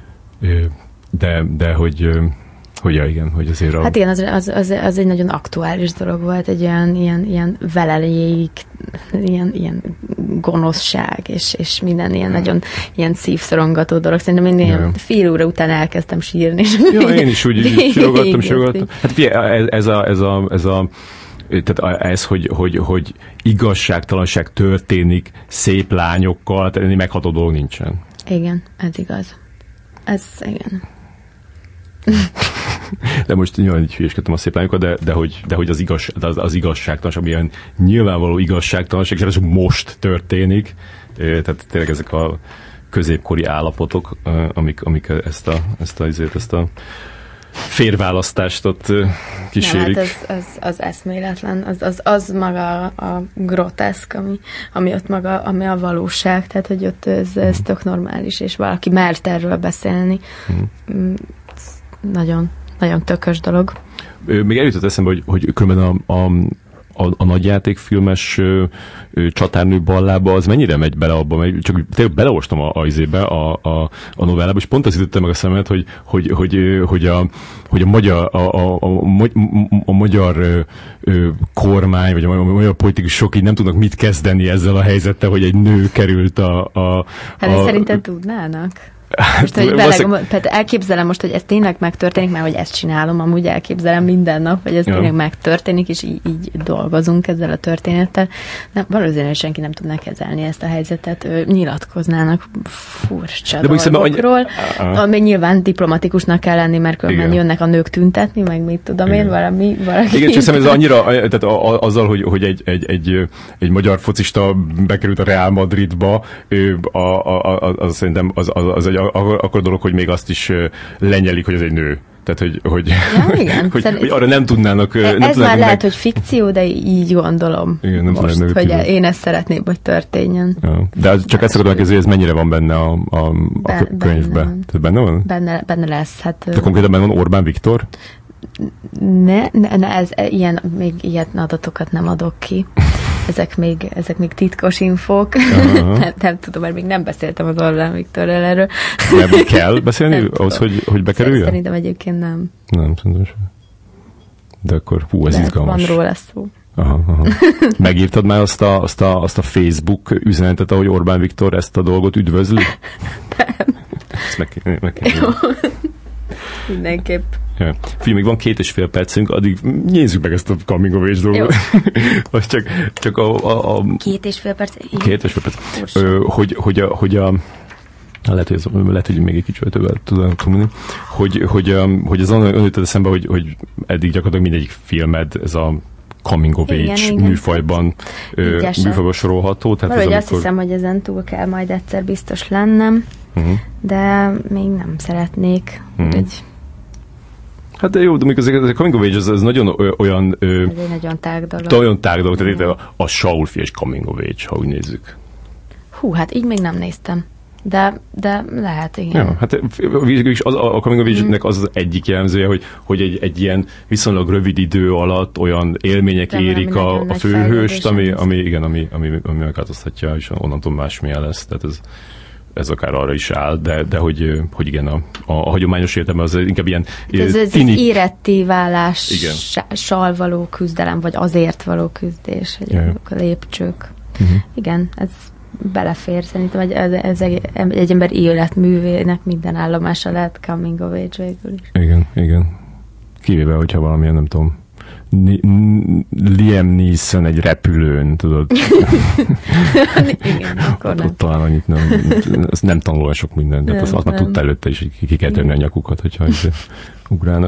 De hogy igen, hogy azért Hát igen, az egy nagyon aktuális dolog volt, egy ilyen velejéig, ilyen gonoszság, és minden ilyen nagyon ilyen szívszorongató dolog. Szerintem én ilyen fél óra után elkezdtem sírni. Én is úgy sírogattam. Hát figyelj, ez, hogy igazságtalanság történik szép lányokkal, tehát ennél megható dolog nincsen. Igen, ez igaz. Igen. De most nyilván így hülyéskedtem a szép lányokat, de hogy az igazságtalanság, amilyen nyilvánvaló igazságtalanság, és ez most történik, tehát tényleg ezek a középkori állapotok, amik ezt a férválasztást ott kísérik. Nem, hát az eszméletlen, az maga a groteszk, ami ott maga, ami a valóság, tehát hogy ott ez tök normális, és valaki mert erről beszélni. Nagyon, nagyon tökös dolog. Még eljutott eszembe, hogy különben a nagyjátékfilmes csatárnő ballába az mennyire megy bele abba, mert csak tényleg beleolvastam a novellába, és pont az ütötte meg a szemet, hogy a magyar kormány, vagy a magyar politikusok így nem tudnak mit kezdeni ezzel a helyzettel, hogy egy nő került Hát szerinted tudnának? Most, hogy elképzelem most, hogy ez tényleg megtörténik, mert hogy ezt csinálom, amúgy elképzelem minden nap, hogy ez tényleg megtörténik, és így dolgozunk ezzel a történettel. Valószínűleg senki nem tudná kezelni ezt a helyzetet, nyilatkoznának furcsa dolgokról, ami nyilván diplomatikusnak kell lenni, mert különben jönnek a nők tüntetni, meg mit tudom én, valaki... Igen, csak szerintem ez annyira, tehát azzal, hogy egy magyar focista bekerült a Real Madridba, az szerintem az egy akkor dolog, hogy még azt is lenyelik, hogy ez egy nő. Tehát, hogy arra nem tudnának... Ez már lehet, hogy fikció, de így gondolom. Igen, nem most, hogy én ezt szeretném, hogy történjen. Ja. De csak ezt akarom megkezdeni, hogy ez mennyire van benne a könyvben. Tehát benne van? Benne lesz. Hát, de konkrétan benne van Orbán Viktor? Még ilyen adatokat nem adok ki. Ezek még titkos infók. Nem tudom, mert még nem beszéltem az Orbán Viktorral erről. Nem kell beszélni ahhoz, hogy bekerüljön? Szerintem egyébként nem. Nem, szerintem sem. De akkor ez izgalmas. Van róla szó. Aha. Megírtad már azt a Facebook üzenetet, ahogy Orbán Viktor ezt a dolgot üdvözli? Nem. Ezt meg kell. Mindenképp. Ja. Figyelj, még van 2,5 percünk, addig nézzük meg ezt a coming of age dolgot. Vagy csak a 2,5 perc? 2,5 perc. Lehet, hogy még egy kicsit többet tudom mondani, hogy az onnan jutott eszembe, hogy eddig gyakorlatilag mindegyik filmed ez a coming of age műfajban sorolható. Tehát valahogy azt hiszem, hogy ezen túl kell majd egyszer biztos lennem, de még nem szeretnék. Hát de jó, de mikor ez a coming of age, ez nagyon olyan... Ez egy nagyon tág dolog. Olyan tág dolog, tehát a Saul-féles coming of age, ha úgy nézzük. Hú, hát így még nem néztem. De lehet, igen. Ja, hát a coming of age-nek az egyik jellemzője, hogy egy ilyen viszonylag rövid idő alatt olyan élmények érik a főhőst, ami megváltoztatja, és onnantól másmilyen lesz. Tehát ez akár arra is áll, de hogy igen, a hagyományos értelemben az inkább ilyen... Ez éretté válással való küzdelem, vagy azért való küzdés, vagy a lépcsők. Igen, ez belefér. Szerintem egy ember életművének minden állomása lehet coming of age végül is. Igen. Kivéve, hogyha valamilyen, nem tudom, Liam Neeson egy repülőn, tudod? Igen, akkor nem. Talán annyit nem tanul sok mindent, de azt már tudta előtte is, hogy ki kell törni a nyakukat, hogyha ugrálnak.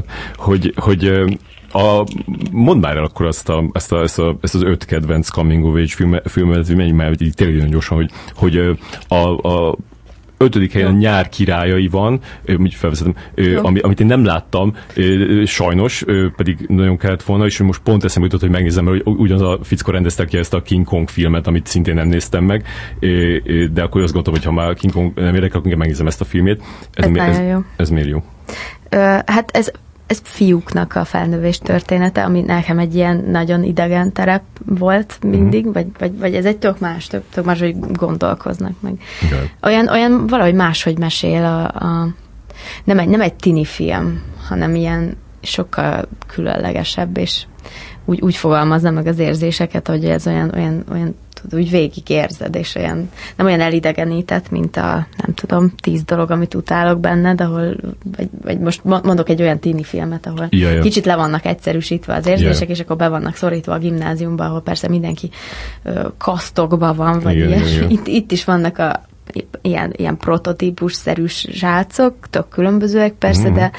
Mondd már el akkor ezt az 5 kedvenc coming of age filmet, menjünk már tényleg nagyon gyorsan, hogy a 5. helyen a Nyár királyai van, úgy felvezetem, amit én nem láttam, sajnos, pedig nagyon kellett volna, és most pont eszembe jutott, hogy megnézem, mert ugyanaz a fickó rendezte ki ezt a King Kong filmet, amit szintén nem néztem meg, de akkor azt gondoltam, hogy ha már King Kong nem érdekel, akkor megnézem ezt a filmét. Ez miért jó? Hát ez fiúknak a felnövés története, ami nekem egy ilyen nagyon idegen terep volt mindig, vagy ez egy tök más, hogy gondolkoznak meg. Olyan valahogy máshogy mesél nem egy tini film, hanem ilyen sokkal különlegesebb, és úgy fogalmazza meg az érzéseket, hogy ez olyan úgy végig érzed, és nem olyan elidegenített, mint nem tudom, 10 dolog, amit utálok benned, ahol, vagy most mondok egy olyan tini filmet, ahol kicsit le vannak egyszerűsítve az érzések, és akkor be vannak szorítva a gimnáziumba, ahol persze mindenki kasztokban van, vagy ilyesmi. Itt is vannak ilyen prototípus-szerű srácok, tök különbözőek persze, de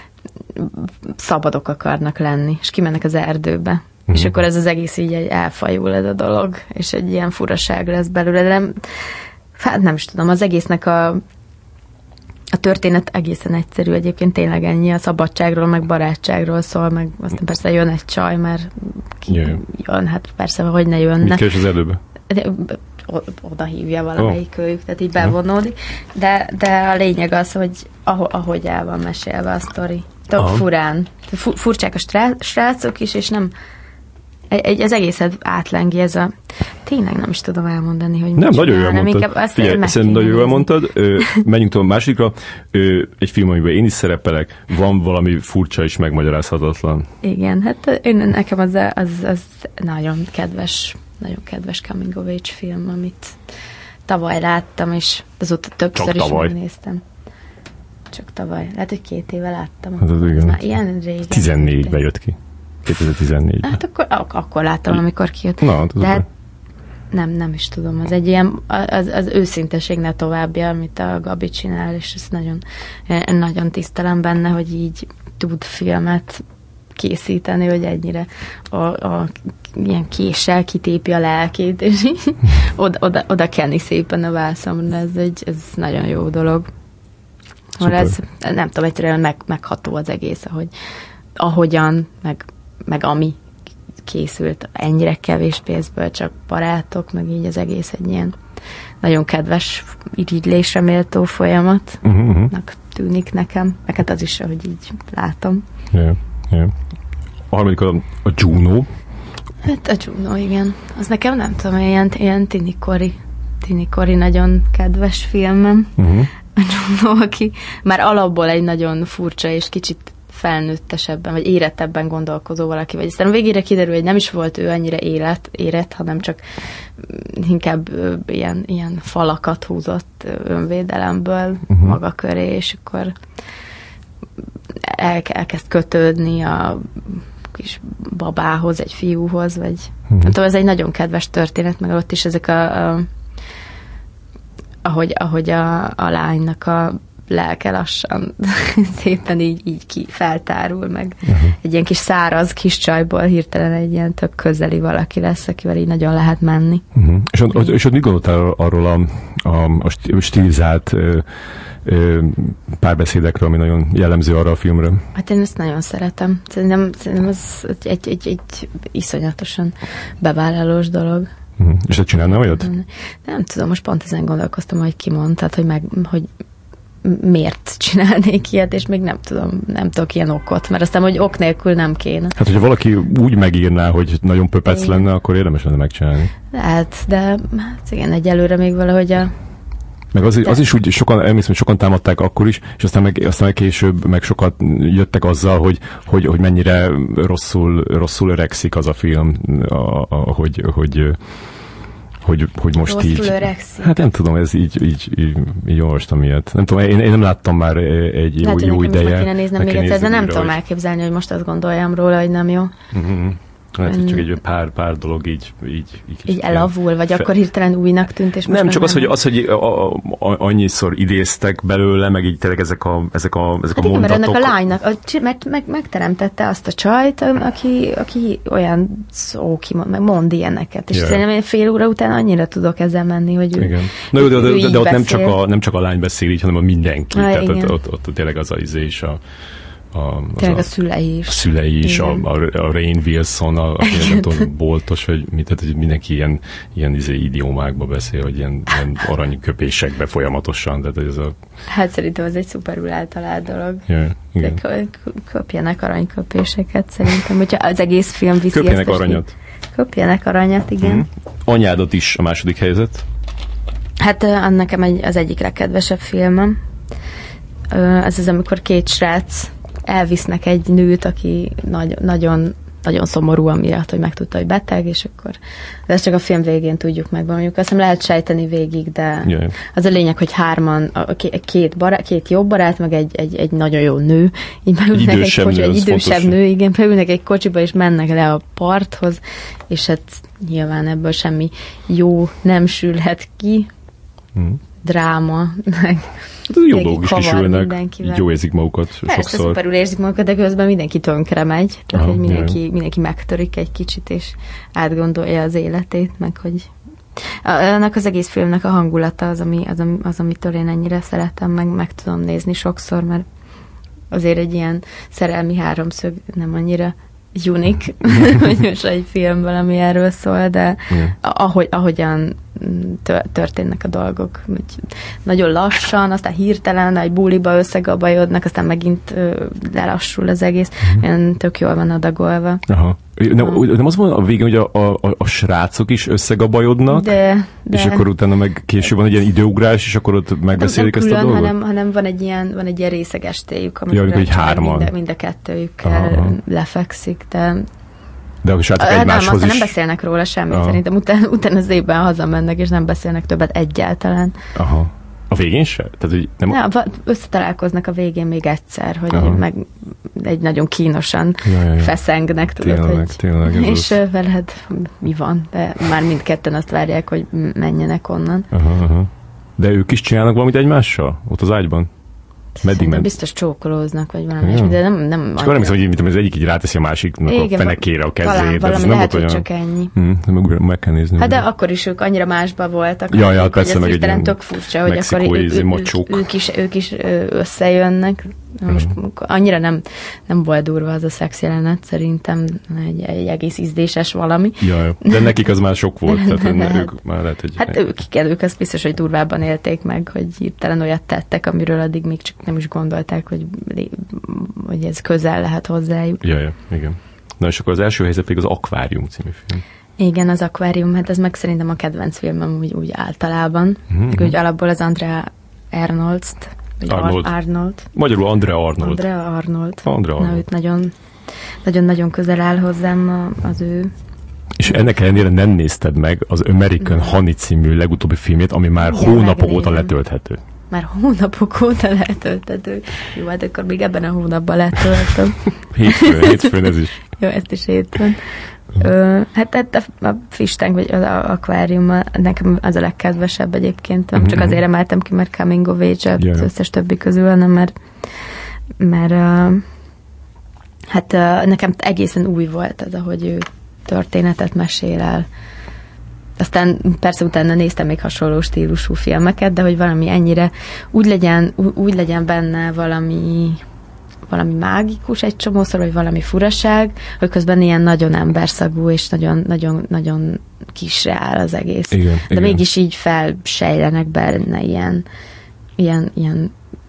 szabadok akarnak lenni, és kimennek az erdőbe. És akkor ez az egész így elfajul ez a dolog, és egy ilyen furaság lesz belőle, de nem is tudom, az egésznek a történet egészen egyszerű egyébként, tényleg ennyi, a szabadságról, meg barátságról szól, meg aztán persze jön egy csaj, mert jön, hát persze, hogy ne jönne. Mit keres az erdőbe? Oda hívja valamelyik őjük, tehát így bevonódik. De a lényeg az, hogy ahogy el van mesélve a sztori. Tök furán. Furcsák a srácok is, és nem az egészet átlengi ez a... Tényleg nem is tudom elmondani, hogy nem, nagyon jól mondtad. Figyelj, nagyon jól mondtad. Menjünk tovább másodikra. Egy film, amiben én is szerepelek, van valami furcsa és megmagyarázhatatlan. Igen, hát nekem az nagyon kedves coming of age film, amit tavaly láttam, és azóta többször is megnéztem. Csak tavaly. Lehet, hogy 2 éve láttam. Hát az igen. Már ilyen régen. 14-ben jött ki. 2014-ben. Hát akkor láttam, amikor kijött. Na, de hát nem is tudom. Az egy ilyen, az őszinteségnél továbbja, amit a Gabi csinál, és ezt nagyon tisztelem benne, hogy így tud filmet készíteni, hogy ennyire ilyen késsel kitépi a lelkét, és így oda kenni szépen a vászomra. Ez nagyon jó dolog. ahol ez, nem tudom, egyszerűen megható az egész, ahogyan, meg ami készült ennyire kevés pénzből, csak barátok, meg így az egész egy ilyen nagyon kedves, irigylésre méltó folyamatnak tűnik nekem. Meg hát az is, ahogy így látom. Yeah. A harmadik a Juno. Hát a Juno, igen. Az nekem nem tudom, ilyen tinikori nagyon kedves filmem. A Juno, aki már alapból egy nagyon furcsa és kicsit felnőttesebben, vagy érettebben gondolkozó valaki, vagy aztán végére kiderül, hogy nem is volt ő annyira érett, hanem csak inkább ilyen falakat húzott önvédelemből maga köré, és akkor elkezd kötődni a kis babához, egy fiúhoz, vagy nem tudom, ez egy nagyon kedves történet, meg ott is ezek ahogy a lánynak a lelke lassan szépen így feltárul, meg egy ilyen kis száraz kis csajból hirtelen egy ilyen tök közeli valaki lesz, akivel így nagyon lehet menni. És ott mit gondoltál arról a stilizált párbeszédekről, ami nagyon jellemző arra a filmre? Hát én ezt nagyon szeretem. Szerintem ez egy iszonyatosan bevállalós dolog. És te csinálnál olyat? Nem tudom, most pont ezen gondolkoztam, hogy ki mondtad, hogy miért csinálnék ilyet, és még nem tudok ilyen okot, mert aztán, hogy ok nélkül nem kéne. Hát, hogyha valaki úgy megírná, hogy nagyon pöpec lenne, akkor érdemes lenne megcsinálni. Lehet, de hát igen, egyelőre még valahogy meg az is úgy, sokan támadták akkor is, és aztán meg később meg sokat jöttek azzal, hogy mennyire rosszul öregszik az a film, hogy most rosszul így... öregszik. Hát nem tudom, ez így olvastam ilyet. Nem tudom, én nem láttam már egy jó ideje. Lehet, kéne néznem még egyszer, de nem tudom elképzelni, hogy most azt gondoljam róla, hogy nem jó. Lehet, hogy csak egy pár dolog így elavul, vagy akkor hirtelen újnak tűnt, és most nem, csak az, hogy annyiszor idéztek belőle, meg így tényleg ezek a mondatok. Mert ennek a lánynak, mert megteremtette azt a csajt, aki olyan meg mond ilyeneket. És szerintem fél óra után annyira tudok ezzel menni, hogy igen. Na jó, de ott nem csak a lány beszél így, hanem a mindenki. Tehát ott tényleg az is tényleg a szülei is. A Rainn Wilson, a boltos, vagy tehát mindenki ilyen idiómákba beszél, hogy ilyen aranyköpésekbe folyamatosan. Tehát ez hát szerintem ez egy szuperül általált dolog. Igen. Köpjenek aranyköpéseket szerintem, hogyha az egész film viszi köpjenek aranyat. Köpjenek aranyat, igen. Anyádat is a második helyzet? Hát nekem az egyik legkedvesebb filmem. Ez az, amikor két srác elvisznek egy nőt, aki nagyon, nagyon szomorú amiatt, hogy megtudta, hogy beteg, és akkor de ezt csak a film végén tudjuk meg. Mondjuk azt lehet sejteni végig, de az a lényeg, hogy hárman, két jobb barát, meg egy nagyon jó nő, így beülnek egy idősebb nő, igen, beülnek egy kocsiba, és mennek le a parthoz, és hát nyilván ebből semmi jó nem sülhet ki. Dráma, meg jó dolgok is kisülnek, így jó érzik magukat sokszor. Persze, szuperül érzik magukat, de közben mindenki tönkre megy. Tehát, hogy mindenki megtörik egy kicsit, és átgondolja az életét, meg hogy annak az egész filmnek a hangulata az, amitől én ennyire szeretem, meg tudom nézni sokszor, mert azért egy ilyen szerelmi háromszög nem annyira unik, hogy most egy filmből, ami erről szól, de ahogyan történnek a dolgok. Nagyon lassan, aztán hirtelen egy buliba összegabajodnak, aztán megint lelassul az egész. Olyan tök jól van adagolva. Aha. Nem az van a végén, hogy a srácok is összegabajodnak, és akkor utána meg később van egy ilyen időugrás, és akkor ott megbeszélik ezt a dolgot? hanem van egy ilyen részeges téjük, amikor mind a kettőjükkel lefekszik, de a srácok egymáshoz nem beszélnek róla semmit, szerintem utána az évben hazamennek, és nem beszélnek többet egyáltalán. Aha. A végén se? Tehát, hogy nem összetalálkoznak a végén még egyszer, hogy meg egy nagyon kínosan feszengnek, tudod, tényleg, és veled mi van? De már mindketten azt várják, hogy menjenek onnan. Aha. De ők is csinálnak valamit egymással? Ott az ágyban? Meddig ment? Biztos csókolóznak, vagy valami, de nem. Csak arra hiszem, hogy az egyik így ráteszi a másiknak a fenekére a kezét. Valami lehet, hogy csak ennyi. Meg kell nézni. Hát de akkor is ők annyira másba voltak. Ja, persze, meg egy ilyen tök furcsa, hogy akkor ők is összejönnek. Most annyira nem volt durva az a szex jelenet, szerintem egy egész ízdéses valami. Ja, de nekik az már sok volt. Tehát ők már lehet, hogy... ők azt biztos, hogy durvábban élték meg, hogy hirtelen olyat tettek, amiről addig még csak nem is gondolták, hogy ez közel lehet hozzájuk. Ja, igen. Na és akkor az első helyzet pedig az Akvárium című film. Igen, az Akvárium, hát ez meg szerintem a kedvenc filmem úgy általában. Úgy alapból az Andrea Arnold. Magyarul Andrea Arnold. Andrea Arnold. Na, őt nagyon közel áll hozzám az ő. És ennek ellenére nem nézted meg az American Honey című legutóbbi filmjét, ami már hónapok óta letölthető. Már hónapok óta letölthető. Jó, hát akkor még ebben a hónapban letöltöm. hétfőn ez is. Jó, ezt is hétfőn. Hát a Fistánk, vagy az Akvárium nekem az a legkedvesebb egyébként. Nem csak azért emeltem ki, mert coming of age az összes többi közül, hanem mert hát nekem egészen új volt az, ahogy ő történetet mesél el. Aztán persze utána néztem még hasonló stílusú filmeket, de hogy valami ennyire úgy legyen benne valami mágikus egy csomószor, vagy valami furaság, hogy közben ilyen nagyon emberszagú, és nagyon kisre áll az egész. De mégis így felsejlenek benne ilyen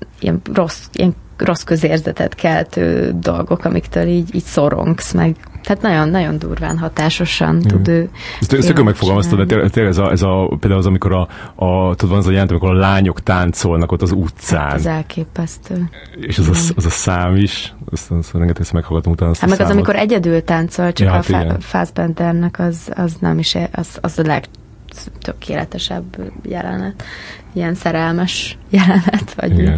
rossz közérzetet keltő dolgok, amiktől így szorongsz meg. Tehát nagyon-nagyon durván, hatásosan tud ő. Ezt tökön megfogalmaztad, de tényleg például az, amikor tudod, van az a jelent, amikor a lányok táncolnak ott az utcán. Hát ez elképesztő. És az a szám is, azt rengeteg meghallgatom utána azt hát meg számot. Az, amikor egyedül táncol, csak a Fassbendernek az nem is, az a legtökéletesebb jelenet. Ilyen szerelmes jelenet, vagy igen.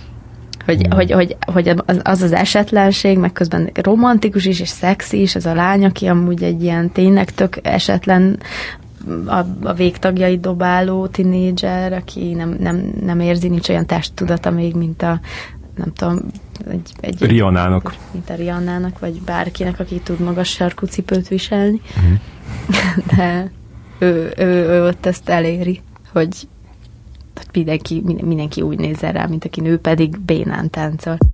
Hogy az esetlenség, meg közben romantikus is, és szexi is, ez a lány, aki amúgy egy ilyen tényleg tök esetlen a végtagjait dobáló tinédzser, aki nem érzi, nincs olyan testtudata még, mint a nem tudom, egy Rihannának. Mint a Rihannának, vagy bárkinek, aki tud magas sarkú cipőt viselni. De ő ott ezt eléri, hogy mindenki úgy nézzen rá, mint aki nő, pedig bénán táncol.